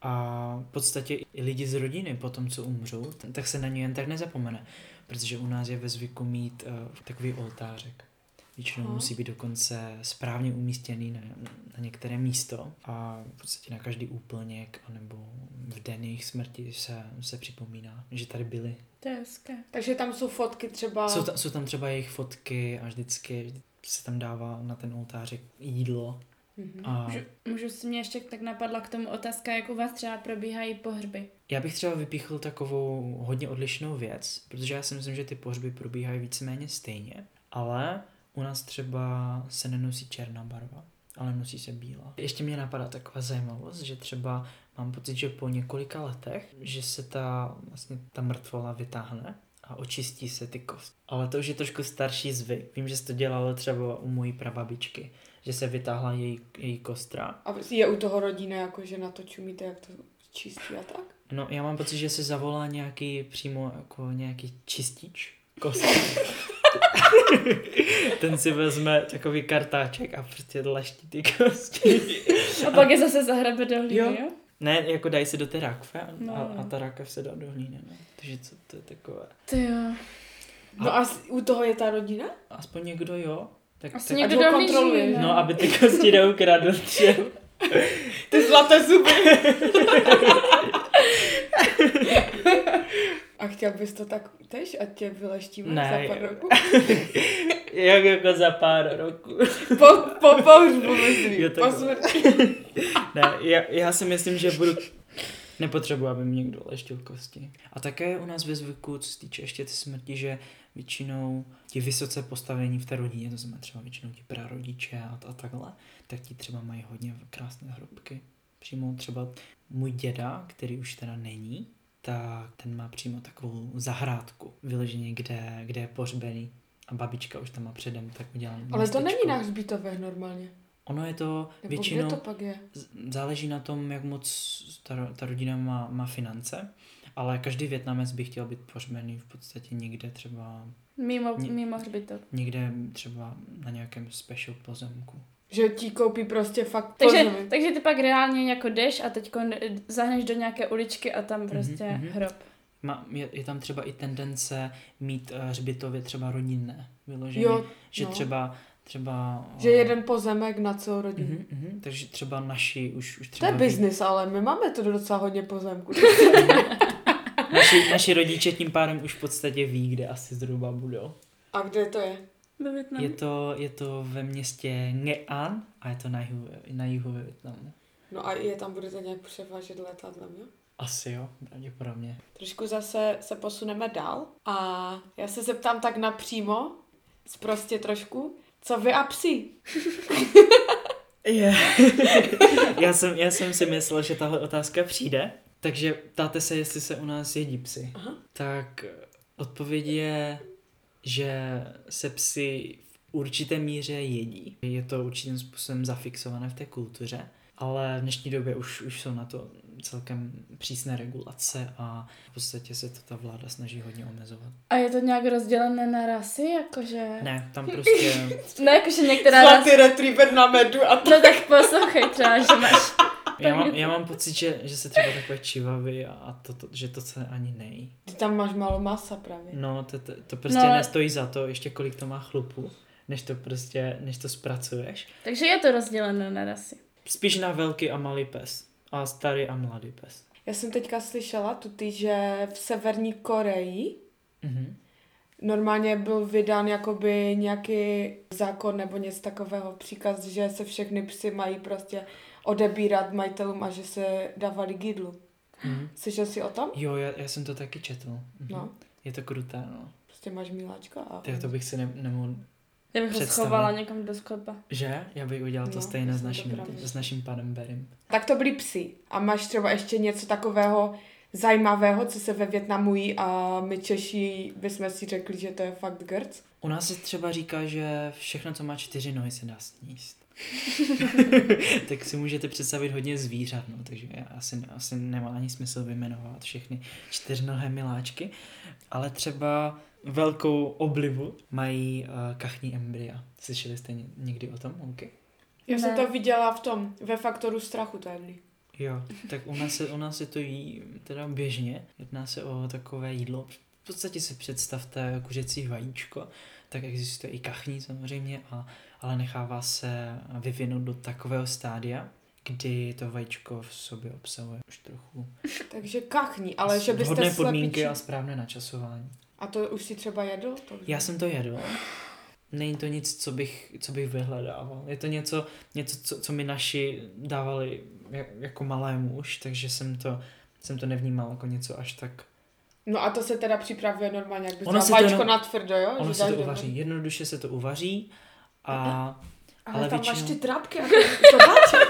A v podstatě i lidi z rodiny po tom, co umřou, tak se na ně jen tak nezapomene. Protože u nás je ve zvyku mít uh, takový oltářek. Většinou Aha. musí být dokonce správně umístěný na, na některé místo a v podstatě na každý úplněk anebo v den jejich smrti se, se připomíná, že tady byli. To je hezké. Takže tam jsou fotky třeba... Jsou, ta, jsou tam třeba jejich fotky a vždycky se tam dává na ten oltářek jídlo. Mhm. A Můžu, můžu si mě ještě tak napadla k tomu otázka, jak u vás třeba probíhají pohřby. já bych třeba vypíchl takovou hodně odlišnou věc, protože já si myslím, že ty pohřby probíhají víceméně stejně, ale u nás třeba se nenosí černá barva, ale nosí se bílá. Ještě mě napadá taková zajímavost, že třeba mám pocit, že po několika letech, že se ta, vlastně ta mrtvola vytáhne a očistí se ty kosti. Ale to už je trošku starší zvyk. Vím, že se to dělalo třeba u mojí prababičky, že se vytáhla její, její kostra. A je u toho rodina, jako že na to čumíte, jak to čistí a tak? No, já mám pocit, že se zavolá nějaký přímo jako nějaký čistič kostí. Ten si vezme takový kartáček a prostě leští ty kosti. A pak je zase zahrabe do hlíny, Jo. jo? Ne, jako dají se do té rákve a, No, a, no. a ta rákev se dá do hlíny, no. Takže co to je takové? Ty jo. No a s- u toho je ta rodina? Aspoň někdo jo. Tak, Asi tak, někdo ať ho dohlíží, kontroluje, ne? no, aby ty kosti neukradl třeba. Ty zlaté zuby. A chtěl bys to tak tež, ať tě vyleštíme Ne. za pár roku? Jak jako za pár roků. Po, po pohřbu, myslím. Jo, Po takhle. smrti. Ne, já, já si myslím, že budu... Nepotřebuji, aby mě někdo leštil kosti. A také je u nás ve zvyku, co se týče ještě ty smrti, že většinou ti vysoce postavení v té rodině, to znamená třeba většinou ti prarodiče a, a takhle, tak ti třeba mají hodně krásné hrobky. Přímo třeba můj děda, který už teda není, tak ten má přímo takovou zahrádku, vyloženě, kde, kde je pohřbený. A babička už tam má předem tak udělané. Ale to není na hřbitovech normálně. Ono je to Nebo většinou... kde to pak je? Z- Záleží na tom, jak moc ta, ro- ta rodina má, má finance, ale každý Vietnamec by chtěl být pohřbený v podstatě někde třeba, Mimo, Ni- mimo hřbitov. někde třeba na nějakém special pozemku. Že ti koupí prostě fakt Takže, pozemky. takže ty pak reálně jako jdeš a teď zahneš do nějaké uličky a tam prostě mhm. hrob. Má, je, je tam třeba i tendence mít uh, hřbitově třeba rodinné vyloženě, Jo, že no. třeba, třeba Že jeden pozemek na celou rodinu. Mhm, mhm, takže třeba naši už, už To třeba je biznis, ale my máme to docela hodně pozemků. naši, naši rodiče tím pádem už v podstatě ví, kde asi zhruba budou. A kde to je? Ve Vietnamu. Je to, je to ve městě Nghệ An a je to na jihu, na jihu ve Vietnamu. No a je tam budete nějak převážet letadlem, jo? Asi jo, pravděpodobně. Trošku zase se posuneme dál a já se zeptám tak napřímo, prostě trošku, co vy a psi? Yeah. já, jsem, já jsem si myslel, že tahle otázka přijde, takže ptáte se, jestli se u nás jedí psy. Aha. Tak odpověď je, že se psy v určité míře jedí. Je to určitým způsobem zafixované v té kultuře, ale v dnešní době už, už jsou na to celkem přísné regulace a v podstatě se to ta vláda snaží hodně omezovat. A je to nějak rozdělené na rasy, jakože... Ne, tam prostě... No jakože některá Zlatý rasa... retriever na medu a to. No tak poslouchej třeba, že máš... Já mám, já mám pocit, že, že se třeba takové čivavy a, a to, to, že to se ani nejí. Ty tam máš málo masa právě. No, to, to, to prostě No. no. nestojí za to, ještě kolik to má chlupu, než to prostě, než to zpracuješ. Takže je to rozdělené na rasy. Spíš na velký a malý pes. A starý a mladý pes. Já jsem teďka slyšela tuty, že v Severní Koreji Mhm. normálně byl vydán jakoby nějaký zákon nebo něco takového, příkaz, že se všechny psy mají prostě odebírat majitelům a že se dávali k jídlu. Mhm. Slyšel jsi o tom? Jo, já, já jsem to taky četl. Mhm. No. Je to kruté, no. Prostě máš miláčka a... Tak to bych si ne, nemohl... Já bych ho Představit. schovala někam do sklepa. Že? Já bych udělal to No, stejné já s jsem to naším, právě. s naším panem Berim. Tak to byli psi. A máš třeba ještě něco takového zajímavého, co se ve Vietnamu jí a my Češi bychom si řekli, že to je fakt grc. U nás se třeba říká, že všechno, co má čtyři nohy, se dá sníst. Tak si můžete představit hodně zvířat, no, takže já asi, asi nemá ani smysl vyjmenovat všechny čtyřnohé miláčky, ale třeba velkou oblibu mají uh, kachní embrya. Slyšeli jste ně- někdy o tom, Holky? Já Ne. jsem to viděla v tom, ve Faktoru strachu to jedli. Jo, tak u nás, se, u nás se to jí teda běžně. Jedná se o takové jídlo. V podstatě si představte kuřecí vajíčko, tak existuje i kachní samozřejmě, a, ale nechává se vyvinout do takového stádia, kdy to vajíčko v sobě obsahuje už trochu Takže kachní, ale že byste vhodné slepiči... podmínky a správné načasování. A to už si třeba jedl? To už Já ne. jsem to jedl. Není to nic, co bych, co bych vyhledával. Je to něco, něco co, co mi naši dávali jak, jako malému už, takže jsem to, jsem to nevnímal jako něco až tak. No a to se teda připravuje normálně, jak bys Ono dal se to vajíčko jenom- na tvrdo, jo? Ono Že se dáš to do uvaří, vody. jednoduše se to uvaří a Ale, ale tam většinou- máš ty trápky a to, to dáče.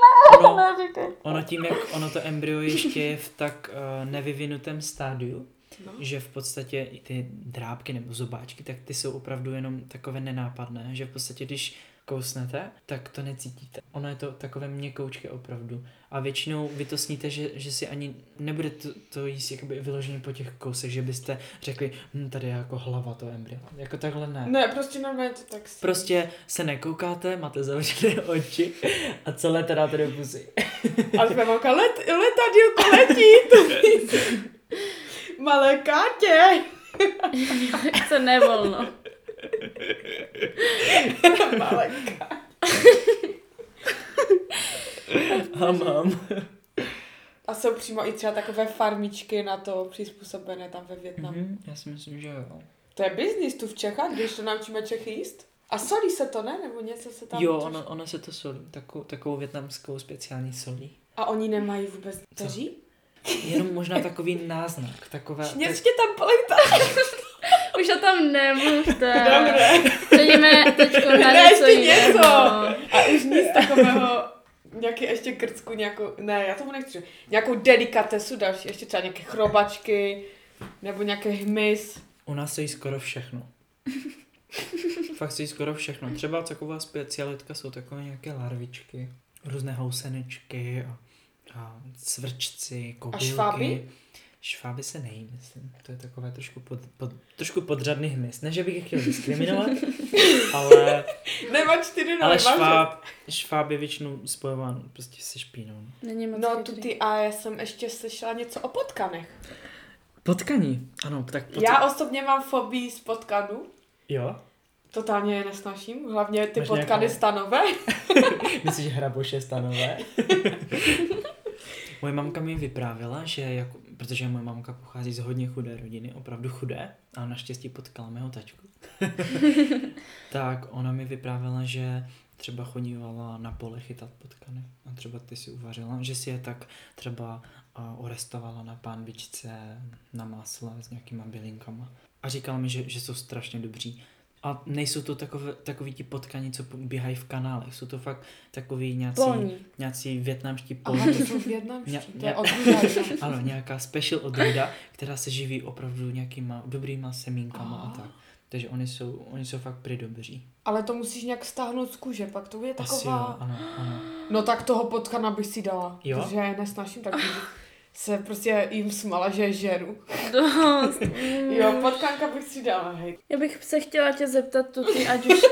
ono, ono tím, jak ono to embryo ještě je v tak uh, nevyvinutém stádiu, No. že v podstatě i ty drápky nebo zobáčky, tak ty jsou opravdu jenom takové nenápadné, že v podstatě když kousnete, tak to necítíte. Ono je to takové měkoučké opravdu. A většinou vy to sníte, že, že si ani nebude to, to jíst jakoby vyloženě po těch kousech, že byste řekli, hm, tady je jako hlava to embryo. Jako takhle ne. Ne, prostě normálně to tak si... Prostě se nekoukáte, máte zavřené oči a celé to dáte do pusy. A tvoje mamka, let, letadílko letí, to víc. Malé Kátě. Co nevolno. Malé Kátě. A mám. A jsou přímo i třeba takové farmičky na to přizpůsobené tam ve Vietnamu. Mhm, já si myslím, že jo. To je biznis tu v Čechách, když to naučíme Čechy jíst. A solí se to, ne? Nebo něco se tam... Jo, ono, ono se to solí. Takovou, takovou větnamskou speciální solí. A oni nemají vůbec peří? Jenom možná takový náznak. Takové... Něco tam polejta. Už o tom nemluvte. Dobré. Přejdeme teďko na Ne, něco ještě něco. jiného. A už nic takového, nějaký ještě krcku, nějakou, ne, já tomu nechci, nějakou delikatesu další, ještě třeba nějaké chrobačky, nebo nějaký hmyz. U nás se jí skoro všechno. Fakt se jí skoro všechno. Třeba taková specialitka jsou takové nějaké larvičky, různé housenečky a, a cvrčci, kobylky. šváby? Šváby se nejí, myslím. To je takové trošku, pod, pod, trošku podřadný hmyz. Ne, že bych je chtěl diskriminovat, ale, Nemá čtyři nohy, ale máš šváb, šváb je většinou spojován prostě se špínou. Není moc No chytrý. tu ty, a já jsem ještě slyšela něco o potkanech. Potkaní, ano, tak pot... Já osobně mám fobii z potkanů. Jo? Totálně je nesnáším, hlavně ty Máš potkany nějakou- stanové. Myslíš hraboše stanové? Moje mamka mi vyprávěla, že jako, protože moje mamka pochází z hodně chudé rodiny, opravdu chudé, a naštěstí potkala mého tačku. Tak ona mi vyprávěla, že třeba chodívala na pole chytat potkany a třeba ty si uvařila, že si je tak třeba uh, orestovala na pánvičce, na másle s nějakýma bylinkama. A říkala mi, že, že jsou strašně dobří. A nejsou to takové, takový ti potkani, co běhají v kanálech. Jsou to fakt takový nějací, Polní. nějací vietnamští Aha, polní. to jsou větnamští, Ně- to je ně- odrůda. Ano, nějaká special odrůda, která se živí opravdu nějakýma dobrýma semínkama a tak. Takže oni jsou, oni jsou fakt prý dobří. Ale to musíš nějak stáhnout z kůže, pak to bude Asi taková... jo, ano, ano. No tak toho potkana bych si dala, Jo? protože já je nesnáším, tak bych se prostě jim smala, že je žeru. Dost. Jo, potkanka bych si dala, hej. Já bych se chtěla tě zeptat, Tuti, ať už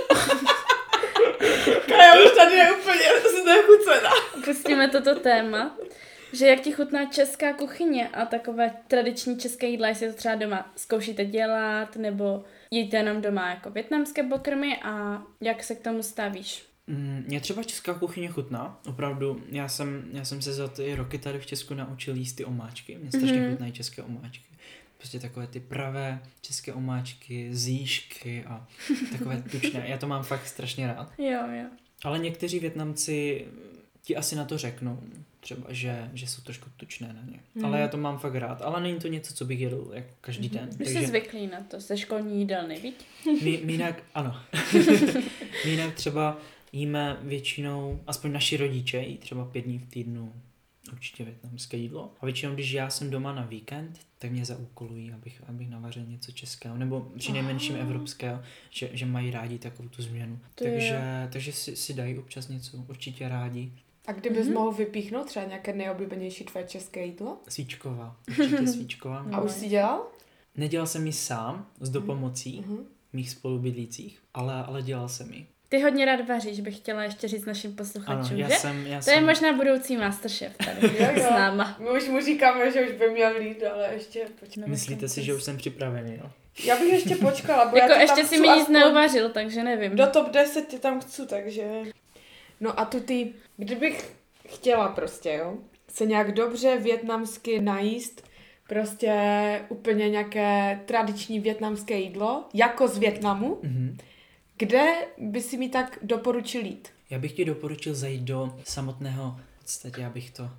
Kaja už tady je úplně znechucená. pustíme toto téma, že jak ti chutná česká kuchyně a takové tradiční české jídla, jestli to třeba doma zkoušíte dělat, nebo jíte jenom doma jako vietnamské pokrmy a jak se k tomu stavíš? Mm, Mě třeba česká kuchyně chutná, opravdu. Já jsem, já jsem se za ty roky tady v Česku naučil jíst ty omáčky. Mně strašně Mhm. chutnají české omáčky. Prostě takové ty pravé české omáčky, zíšky a takové tučné. Já to mám fakt strašně rád. Jo, jo. Ale někteří Vietnamci ti asi na to řeknou, třeba, že, že jsou trošku tučné na ně. Mhm. Ale já to mám fakt rád. Ale není to něco, co bych jedl jako každý den. Už jsi zvyklý na to, ze školní jídelny, víš? my, my jinak, ano. My jinak třeba jíme většinou, aspoň naši rodiče, jí třeba pět dní v týdnu určitě vietnamské jídlo. A většinou, když já jsem doma na víkend, tak mě zaúkolují, abych, abych navařil něco českého, nebo přinejmenším evropského, že, že mají rádi takovou tu změnu. To takže je. takže si, si dají občas něco určitě rádi. A kdybys Mhm. mohl vypíchnout třeba nějaké nejoblíbenější tvoje české jídlo? Svíčková, určitě svíčková. A No. už jsi dělal? Nedělal jsem ji sám, s dopomocí Mhm. mých spolubydlících, ale, ale dělal jsem ji. Ty hodně rád vaříš, bych chtěla ještě říct našim Ano, posluchačům, já že? jsem, já To je jsem... možná budoucí Masterchef tady Jo, jo. s náma. My už mu říkáme, že už by měl jít, ale ještě počkej. Myslíte si, že už jsem připravený, jo? Já bych ještě počkala, bo Jako já tě ještě tam si chci mi nic aspoň- neuvařil, takže nevím. Do top deset tě tam chci, takže... No a tu ty, kdybych chtěla prostě, jo, se nějak dobře vietnamsky najíst, prostě úplně nějaké tradiční vietnamské jídlo, jako z Vietnamu, Mhm. kde by si mi tak doporučil jít? Já bych ti doporučil zajít do samotného, v podstatě abych to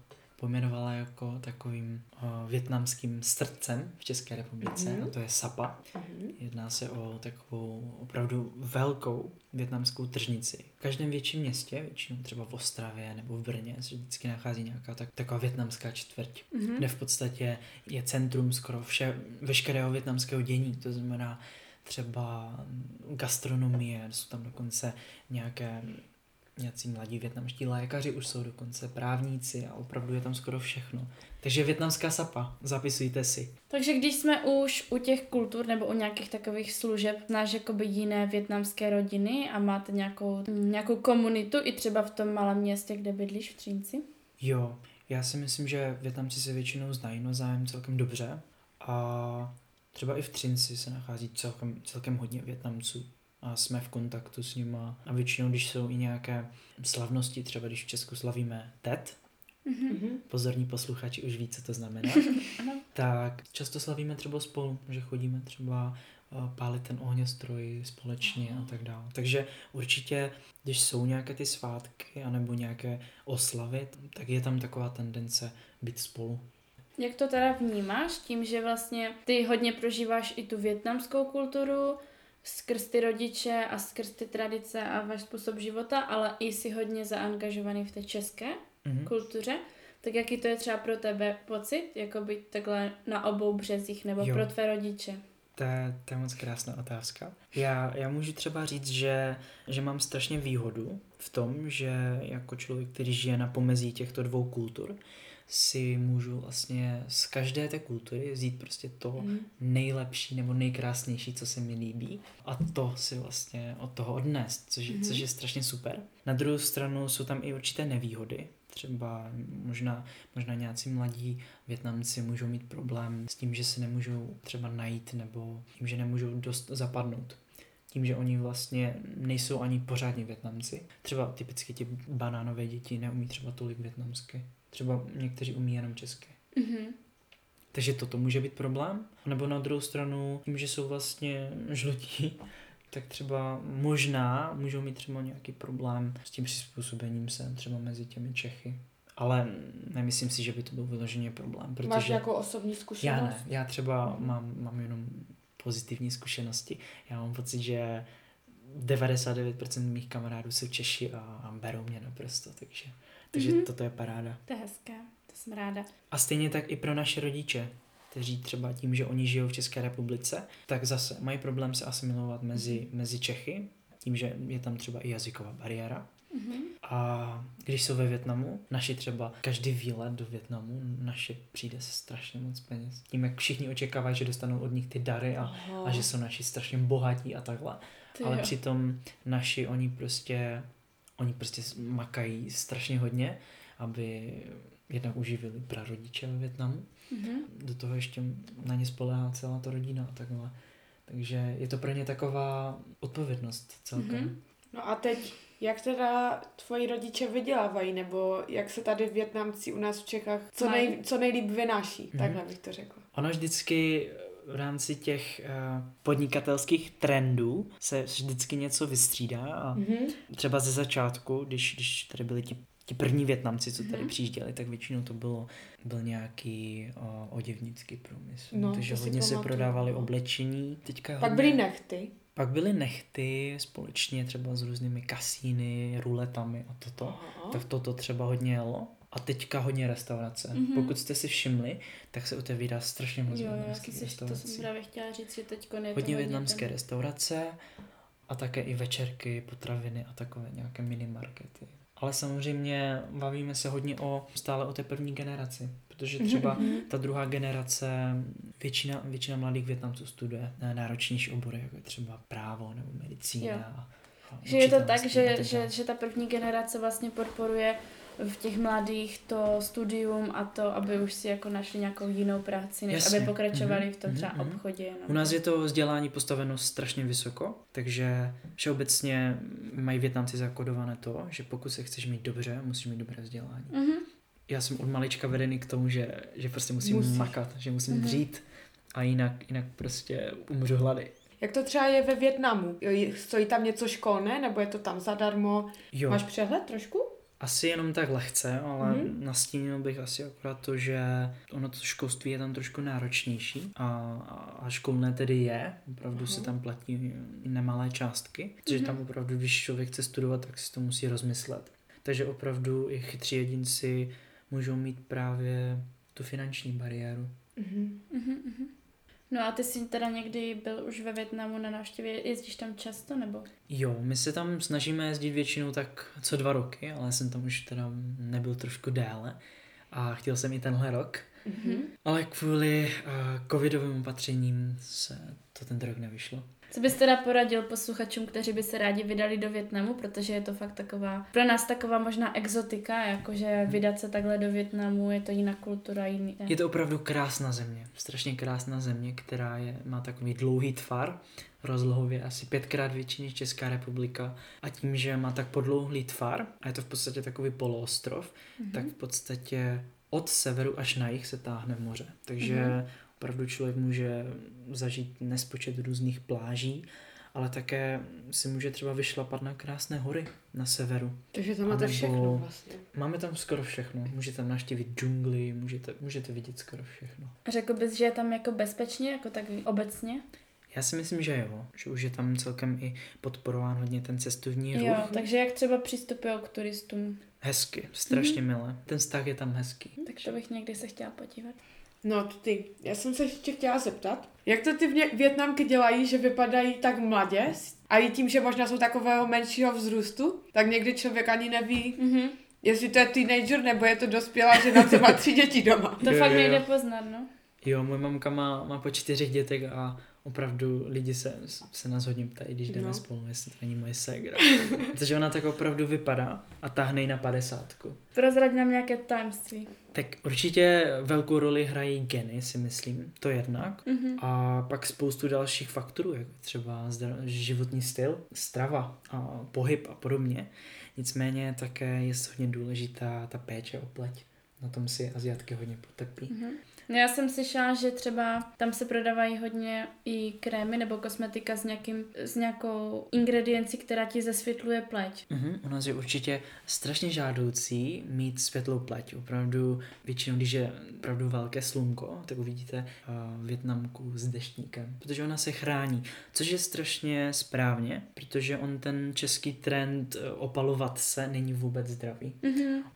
pojmenovala jako takovým uh, větnamským srdcem v České republice, Mhm. a to je Sapa. Mhm. Jedná se o takovou opravdu velkou větnamskou tržnici. V každém větším městě, většinou třeba v Ostravě nebo v Brně, se vždycky nachází nějaká tak, taková větnamská čtvrť, Mhm. kde v podstatě je centrum skoro vše, veškerého větnamského dění, to znamená třeba gastronomie, jsou tam dokonce nějaké nějací mladí větnamští lékaři, už jsou dokonce právníci a opravdu je tam skoro všechno. Takže větnamská Sapa, zapisujte si. Takže když jsme už u těch kultur nebo u nějakých takových služeb, znáš jakoby jiné větnamské rodiny a máte nějakou, nějakou komunitu i třeba v tom malém městě, kde bydlíš v Třinci? Jo, já si myslím, že Větnamci se většinou znají navzájem celkem dobře a třeba i v Třinci se nachází celkem, celkem hodně Větnamců a jsme v kontaktu s nima a většinou, když jsou i nějaké slavnosti, třeba když v Česku slavíme Tet, Mhm. pozorní posluchači už ví, co to znamená, tak často slavíme třeba spolu, že chodíme třeba uh, pálit ten ohňostroj společně a tak dále. Takže určitě, když jsou nějaké ty svátky anebo nějaké oslavy, tak je tam taková tendence být spolu. Jak to teda vnímáš tím, že vlastně ty hodně prožíváš i tu větnamskou kulturu skrz ty rodiče a skrz ty tradice a váš způsob života, ale i jsi hodně zaangažovaný v té české Mhm. kultuře, tak jaký to je třeba pro tebe pocit, jako být takhle na obou březích, nebo Jo. pro tvé rodiče? To je, to je moc krásná otázka. Já, já můžu třeba říct, že, že mám strašně výhodu v tom, že jako člověk, který žije na pomezí těchto dvou kultur, si můžu vlastně z každé té kultury vzít prostě to Mhm. nejlepší nebo nejkrásnější, co se mi líbí, a to si vlastně od toho odnést, což, Mhm. což je strašně super. Na druhou stranu jsou tam i určité nevýhody. Třeba možná, možná nějací mladí Větnamci můžou mít problém s tím, že se nemůžou třeba najít nebo tím, že nemůžou dost zapadnout. Tím, že oni vlastně nejsou ani pořádně Větnamci. Třeba typicky ti banánové děti neumí třeba tolik větnamsky. Třeba někteří umí jenom česky. Mhm. Takže toto může být problém. Nebo na druhou stranu, tím, že jsou vlastně žlutí, tak třeba možná můžou mít třeba nějaký problém s tím přizpůsobením se třeba mezi těmi Čechy. Ale nemyslím si, že by to byl vyloženě problém. Protože Máš nějakou osobní zkušenost? já ne, já třeba mám, mám jenom pozitivní zkušenosti. Já mám pocit, že devadesát devět procent mých kamarádů jsou Češi a, a berou mě naprosto, takže, takže Mhm. toto je paráda. To je hezké, to jsem ráda. A stejně tak i pro naše rodiče, kteří třeba tím, že oni žijou v České republice, tak zase mají problém se asimilovat mezi, mezi Čechy, tím, že je tam třeba i jazyková bariéra. Mhm. A když jsou ve Vietnamu, naši třeba každý výlet do Vietnamu, naše přijde se strašně moc peněz. Tím, jak všichni očekávají, že dostanou od nich ty dary a, a že jsou naši strašně bohatí a takhle. Ty Ale jo. přitom naši, oni prostě, oni prostě makají strašně hodně, aby jednak uživili prarodiče ve Vietnamu. Mhm. Do toho ještě na ně spoléhá celá ta rodina a takhle. Takže je to pro ně taková odpovědnost celkem. Mhm. No a teď, jak teda tvoji rodiče vydělávají, nebo jak se tady Vietnamci u nás v Čechách co, Mají. nej, co nejlíp vynáší, Mhm. takhle bych to řekla. Ono vždycky v rámci těch uh, podnikatelských trendů se vždycky něco vystřídá a Mhm. třeba ze začátku, když, když tady byli ti, ti první Vietnamci, co tady Mhm. přijížděli, tak většinou to bylo byl nějaký uh, oděvnický průmysl. No, Takže to si hodně se pamatuju, prodávali no. oblečení. Teďka Pak hodně, byly nechty. Pak byly nechty společně třeba s různými kasíny, ruletami a toto. Aha. Tak toto třeba hodně jelo. A teďka hodně restaurace. Mhm. Pokud jste si všimli, tak se otevírá strašně moc Jo, já vietnamských jsem si, to restaurací. jsem právě chtěla říct, že teďko je to Hodně vietnamské ten- restaurace a také i večerky, potraviny a takové nějaké minimarkety. Ale samozřejmě bavíme se hodně o stále o té první generaci, protože třeba Mhm. ta druhá generace, většina, většina mladých Vietnamců studuje na náročnější obory, jako je třeba právo nebo medicína. Jo. A, a Že je to tak, učitelství a že, tak že, dále. že ta první generace vlastně podporuje v těch mladých to studium a to, aby už si jako našli nějakou jinou práci, než Jasně. aby pokračovali Mhm, v tom mhm, třeba mhm. obchodě. Jenom. U nás je to vzdělání postaveno strašně vysoko, takže všeobecně mají Vietnamci zakodované to, že pokud se chceš mít dobře, musíš mít dobré vzdělání. Mhm. Já jsem od malička vedený k tomu, že, že prostě musím Musíš. makat, že musím Mhm. dřít a jinak, jinak prostě umřu hlady. Jak to třeba je ve Vietnamu? Jo, je- Stojí tam něco školné, nebo je to tam zadarmo? Jo, Máš přehled trošku? Asi jenom tak lehce, ale Mhm. mm-hmm. nastínil bych asi akorát to, že ono to školství je tam trošku náročnější a, a školné tedy je, opravdu se tam platí nemalé částky, protože Mhm. tam opravdu, když člověk chce studovat, tak si to musí rozmyslet. Takže opravdu i chytří jedinci můžou mít právě tu finanční bariéru. Mhm. Mhm, mhm. No a ty jsi teda někdy byl už ve Vietnamu na návštěvě, jezdíš tam často, nebo? Jo, my se tam snažíme jezdit většinou tak co dva roky, ale jsem tam už teda nebyl trošku déle a chtěl jsem i tenhle rok. Mhm. Ale kvůli uh, covidovým opatřením se to ten rok nevyšlo. Co bys teda poradil posluchačům, kteří by se rádi vydali do Vietnamu, protože je to fakt taková, pro nás taková možná exotika, jakože vydat se takhle do Vietnamu, je to jiná kultura, jiný... Je to opravdu krásná země, strašně krásná země, která je, má takový dlouhý tvar, rozlohově asi pětkrát větší než Česká republika a tím, že má tak podlouhlý tvar a je to v podstatě takový poloostrov, Mhm. tak v podstatě od severu až na jih se táhne moře. Takže Mhm. opravdu člověk může zažít nespočet různých pláží, ale také si může třeba vyšlapat na krásné hory na severu. Takže tam máte Anebo- všechno vlastně. Máme tam skoro všechno. Můžete tam navštívit džungli, můžete, můžete vidět skoro všechno. A řekl bys, že je tam jako bezpečně, jako tak obecně? Já si myslím, že jo, že už je tam celkem i podporován hodně ten cestovní ruch. Jo, takže jak třeba přistupují k turistům? Hezky, strašně mm-hmm. milé. Ten vztah je tam hezký. Tak to bych někdy se chtěla podívat. No to ty, já jsem se ještě chtěla zeptat, jak to ty Vě- Vietnamky dělají, že vypadají tak mladě a i tím, že možná jsou takového menšího vzrůstu, tak někdy člověk ani neví, Mhm. jestli to je teenager nebo je to dospělá žena, co má tři děti doma. To Jo, fakt jo, jo. nejde poznat, no. Jo, moje mamka má, má po čtyřech dětech a opravdu lidi se, se nás hodně ptají, když jdeme No. spolu, jestli to není moje ségra. Protože ona tak opravdu vypadá a táhne ji na padesátku. Prozrať nám nějaké tajemství. Tak určitě velkou roli hrají geny, si myslím, to jednak. Mhm. A pak spoustu dalších faktorů, jako třeba zdra- životní styl, strava a pohyb a podobně. Nicméně také je hodně důležitá ta péče o pleť. Na tom si Asiatky hodně potrpí. Mhm. No já jsem slyšela, že třeba tam se prodávají hodně i krémy nebo kosmetika s, nějakým, s nějakou ingrediencí, která ti zesvětluje pleť. Mhm, u nás je určitě strašně žádoucí mít světlou pleť. Opravdu většinou, když je opravdu velké slunko, tak uvidíte uh, Vietnamku s deštníkem, protože ona se chrání, což je strašně správně, protože on ten český trend uh, opalovat se není vůbec zdravý. Mhm. Uh,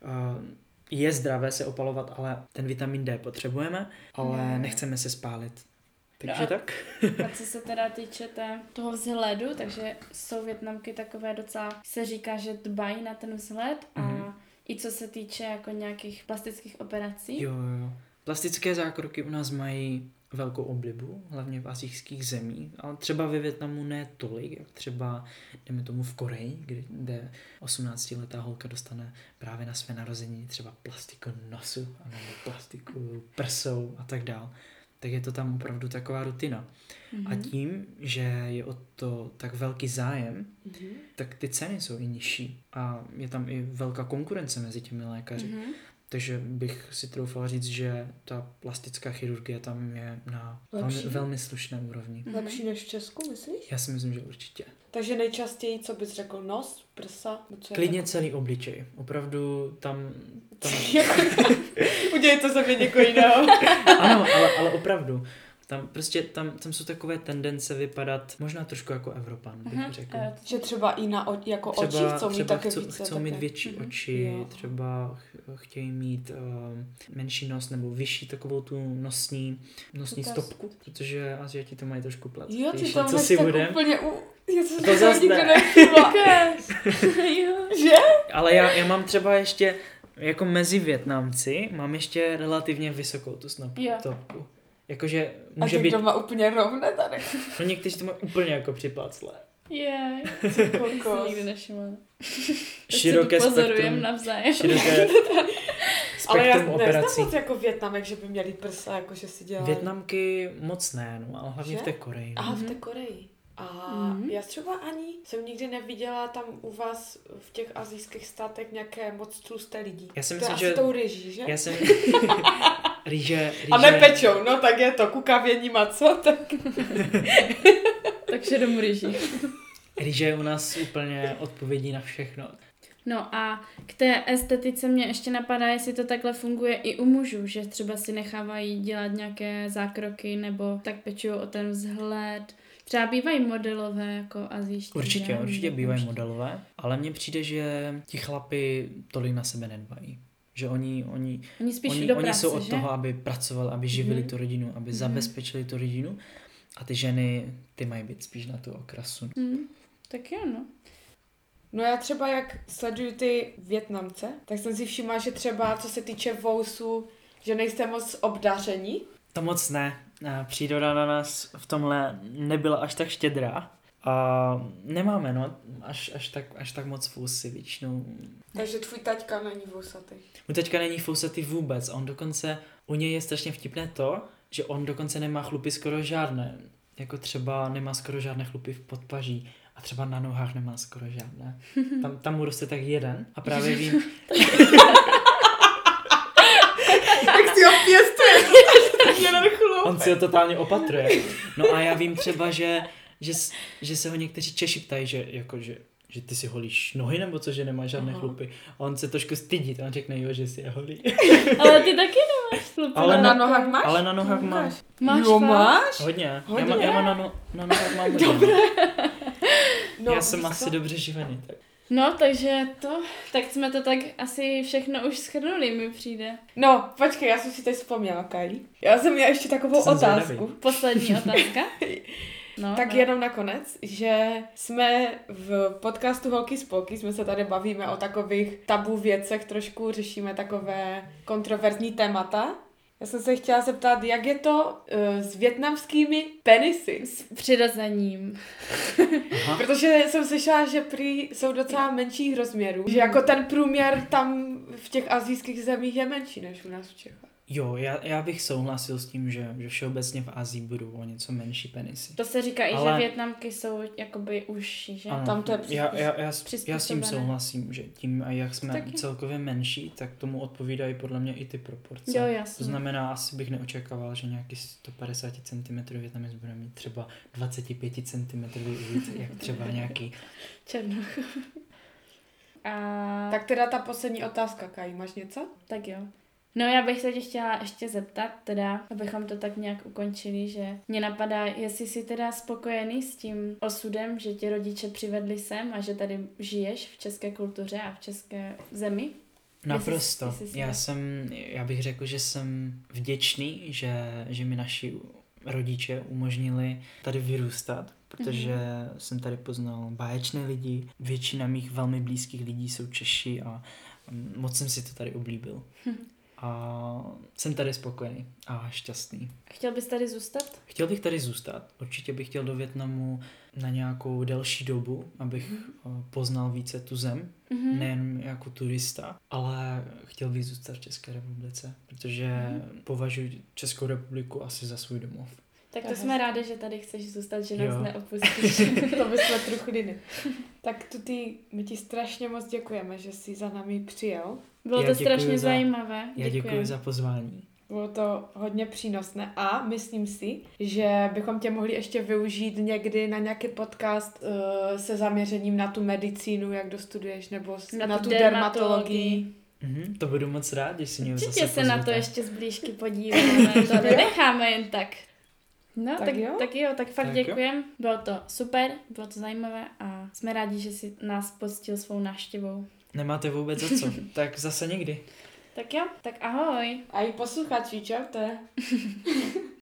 je zdravé se opalovat, ale ten vitamin D potřebujeme, ale Jo, jo. nechceme se spálit. Takže No a- tak. A co se teda týče té, toho vzhledu, takže jsou Vietnamky takové docela, se říká, že dbají na ten vzhled a Mhm. i co se týče jako nějakých plastických operací. Jo, jo, jo. Plastické zákroky u nás mají velkou oblibu, hlavně v asijských zemích, ale třeba ve Vietnamu ne tolik, jak třeba, jdeme tomu v Koreji, kde, kde osmnáctiletá holka dostane právě na své narozeniny třeba plastiku nosu, nebo plastiku prsou a tak dál. Tak je to tam opravdu taková rutina. Mhm. A tím, že je o to tak velký zájem, tak ty ceny jsou i nižší. A je tam i velká konkurence mezi těmi lékaři. Mhm. Takže bych si troufal říct, že ta plastická chirurgie tam je na velmi, Lepší? velmi slušné úrovni. Mhm. Lepší než v Česku, myslíš? Já si myslím, že určitě. Takže nejčastěji, co bys řekl, nos, prsa? nebo co je Klidně jako- celý obličej. Opravdu tam... tam... Udělej to ze mě někoho jiného. Ano, ale, ale opravdu. Tam prostě tam, tam jsou takové tendence vypadat možná trošku jako Evropan, bych Aha, řekl. eh, Že třeba i na o, jako oči Třeba, chcou mít třeba také chcou, více. chcou také. mít větší Mhm. oči, Jo. třeba ch- chtějí mít uh, menší nos nebo vyšší takovou tu nosní, nosní To je stopku, protože Asiati to mají trošku plat. Jo, ty to co máš si tak budem. úplně u... Já jsem To to zas nikdy ne. nevšimla. jo. Že? Ale já, já mám třeba ještě, jako mezi Vietnamci, mám ještě relativně vysokou tu snop- Jo. stopku. Jakože A může ty být, to má úplně rovné tady. no někteří to mají úplně jako připlaclé. Jej, to jsem Kokos. nikdy nevšimla. Široké Pozorujem spektrum, navzájem. široké Ale já spektrum neznám operací. moc jako Větnamek, že by měli prsa, jako že si dělali. Vietnamky moc ne, no, ale hlavně Že? v té Koreji. Aha, v té Mhm. Koreji. A Mhm. já třeba ani jsem nikdy neviděla tam u vás v těch asijských státech nějaké moc tlusté lidi. Já si To je myslím, asi že... tou ryží, že? Já jsem... rýže, rýže... A nepečou, no tak je to kukavěním a co? Tak... Takže domů ryží. Rýže je u nás úplně odpovědí na všechno. No a k té estetice mě ještě napadá, jestli to takhle funguje i u mužů, že třeba si nechávají dělat nějaké zákroky nebo tak pečují o ten vzhled. Třeba bývají modelové jako azijští. Určitě, že? určitě bývají modelové, ale mně přijde, že ti chlapi tolik na sebe nedbají. Že oni, oni, Oni spíš oni, do oni práce, jsou od že? toho, aby pracovali, aby živili Mhm. tu rodinu, aby Mhm. zabezpečili tu rodinu a ty ženy, ty mají být spíš na tu okrasu. Hmm. Tak jo, no. No já třeba jak sleduju ty Vietnamce, tak jsem si všimla, že třeba co se týče vousů, že nejste moc obdaření. To moc ne. A příroda na nás v tomhle nebyla až tak štědrá. A nemáme, no, až, až, tak, až tak moc fousy většinou. Takže tvůj taťka není vousatý. Mu teďka není fousatý vůbec. On dokonce, u něj je strašně vtipné to, že on dokonce nemá chlupy skoro žádné. Jako třeba nemá skoro žádné chlupy v podpaží. A třeba na nohách nemá skoro žádné. Tam, tam mu roste tak jeden. A právě vím, Jak si ho pěstuješ? Jeden chlup. on si ho totálně opatruje. No a já vím třeba, že, že, s- že se ho někteří Češi ptají, že, jako, že, že ty si holíš nohy nebo co, že nemá žádné Aha. chlupy. A on se trošku stydí, on řekne, jo, že si je holí. Ale ty taky nemáš chlupy. Ale na na- nohách máš? Ale na nohách mám Ukáž. Máš Jo, fakt? máš? hodně. Hodně? Já, má, já mám na, no, na nohách mám hodně. No, já jsem víš asi co? dobře živený. Tak. No, takže to, tak jsme to tak asi všechno už shrnuli, mi přijde. No, počkej, já jsem si teď vzpomněla, Kaj. Já jsem měla ještě takovou To jsem otázku. zvědavý. Poslední otázka. No, Tak no. jenom nakonec, že jsme v podcastu Holky z Polky, jsme se tady bavíme o takových tabu věcech, trošku řešíme takové kontroverzní témata. Já jsem se chtěla zeptat, jak je to uh, s vietnamskými penisy? S přirozením. Aha. Protože jsem slyšela, že prý jsou docela menších rozměrů. Že jako ten průměr tam v těch asijských zemích je menší než u nás v Čechách. Jo, já, já bych souhlasil s tím, že, že všeobecně v Asii budou o něco menší penisy. To se říká i, Ale- že Vietnamky jsou jakoby užší, že? Ano, Tam to je já, já, já, já s tím přizpůsobené. souhlasím, že tím, a jak jsme Taky. celkově menší, tak tomu odpovídají podle mě i ty proporce. Jo, To jasně. znamená, asi bych neočekával, že nějaký sto padesát centimetrů Vietnamec bude mít třeba dvacet pět centimetrů víc, jak třeba nějaký. Černoch. A... Tak teda ta poslední otázka, Kaj, máš něco? Tak jo. No já bych se tě chtěla ještě zeptat, teda, abychom to tak nějak ukončili, že mě napadá, jestli jsi teda spokojený s tím osudem, že tě rodiče přivedli sem a že tady žiješ v české kultuře a v české zemi. Naprosto. Jestli- jestli si Já tak- jsem, já bych řekl, že jsem vděčný, že, že mi naši rodiče umožnili tady vyrůstat, protože mm-hmm. jsem tady poznal báječné lidi, většina mých velmi blízkých lidí jsou Češi a mm, moc jsem si to tady oblíbil. A jsem tady spokojený a šťastný. Chtěl bys tady zůstat? Chtěl bych tady zůstat, určitě bych chtěl do Vietnamu na nějakou delší dobu, abych mm. poznal více tu zem, Mhm. nejen jako turista, ale chtěl bych zůstat v České republice, protože mm. považuji Českou republiku asi za svůj domov. Tak to Aha. jsme rádi, že tady chceš zůstat, že nás Jo. neopustíš. To bychom truchliny. Tak tu ty, my ti strašně moc děkujeme, že jsi za námi přijel. Bylo Já to děkuji strašně za- zajímavé. Já děkuji za pozvání. Bylo to hodně přínosné a myslím si, že bychom tě mohli ještě využít někdy na nějaký podcast uh, se zaměřením na tu medicínu, jak dostuduješ, nebo s- Na na, tu tu dermatologii. dermatologii. Mhm, to budu moc rád, když si mě Určitě zase se na to pozvete. ještě zblížky podíváme, to nenecháme jen tak. No, Tak tak, tak, jo. jo. tak jo, tak fakt Tak tak jo. děkujem. Bylo to super, bylo to zajímavé a jsme rádi, že si nás poctil svou návštěvou. Nemáte vůbec za co, tak zase někdy. Tak jo, tak ahoj. A i posluchači, čaute.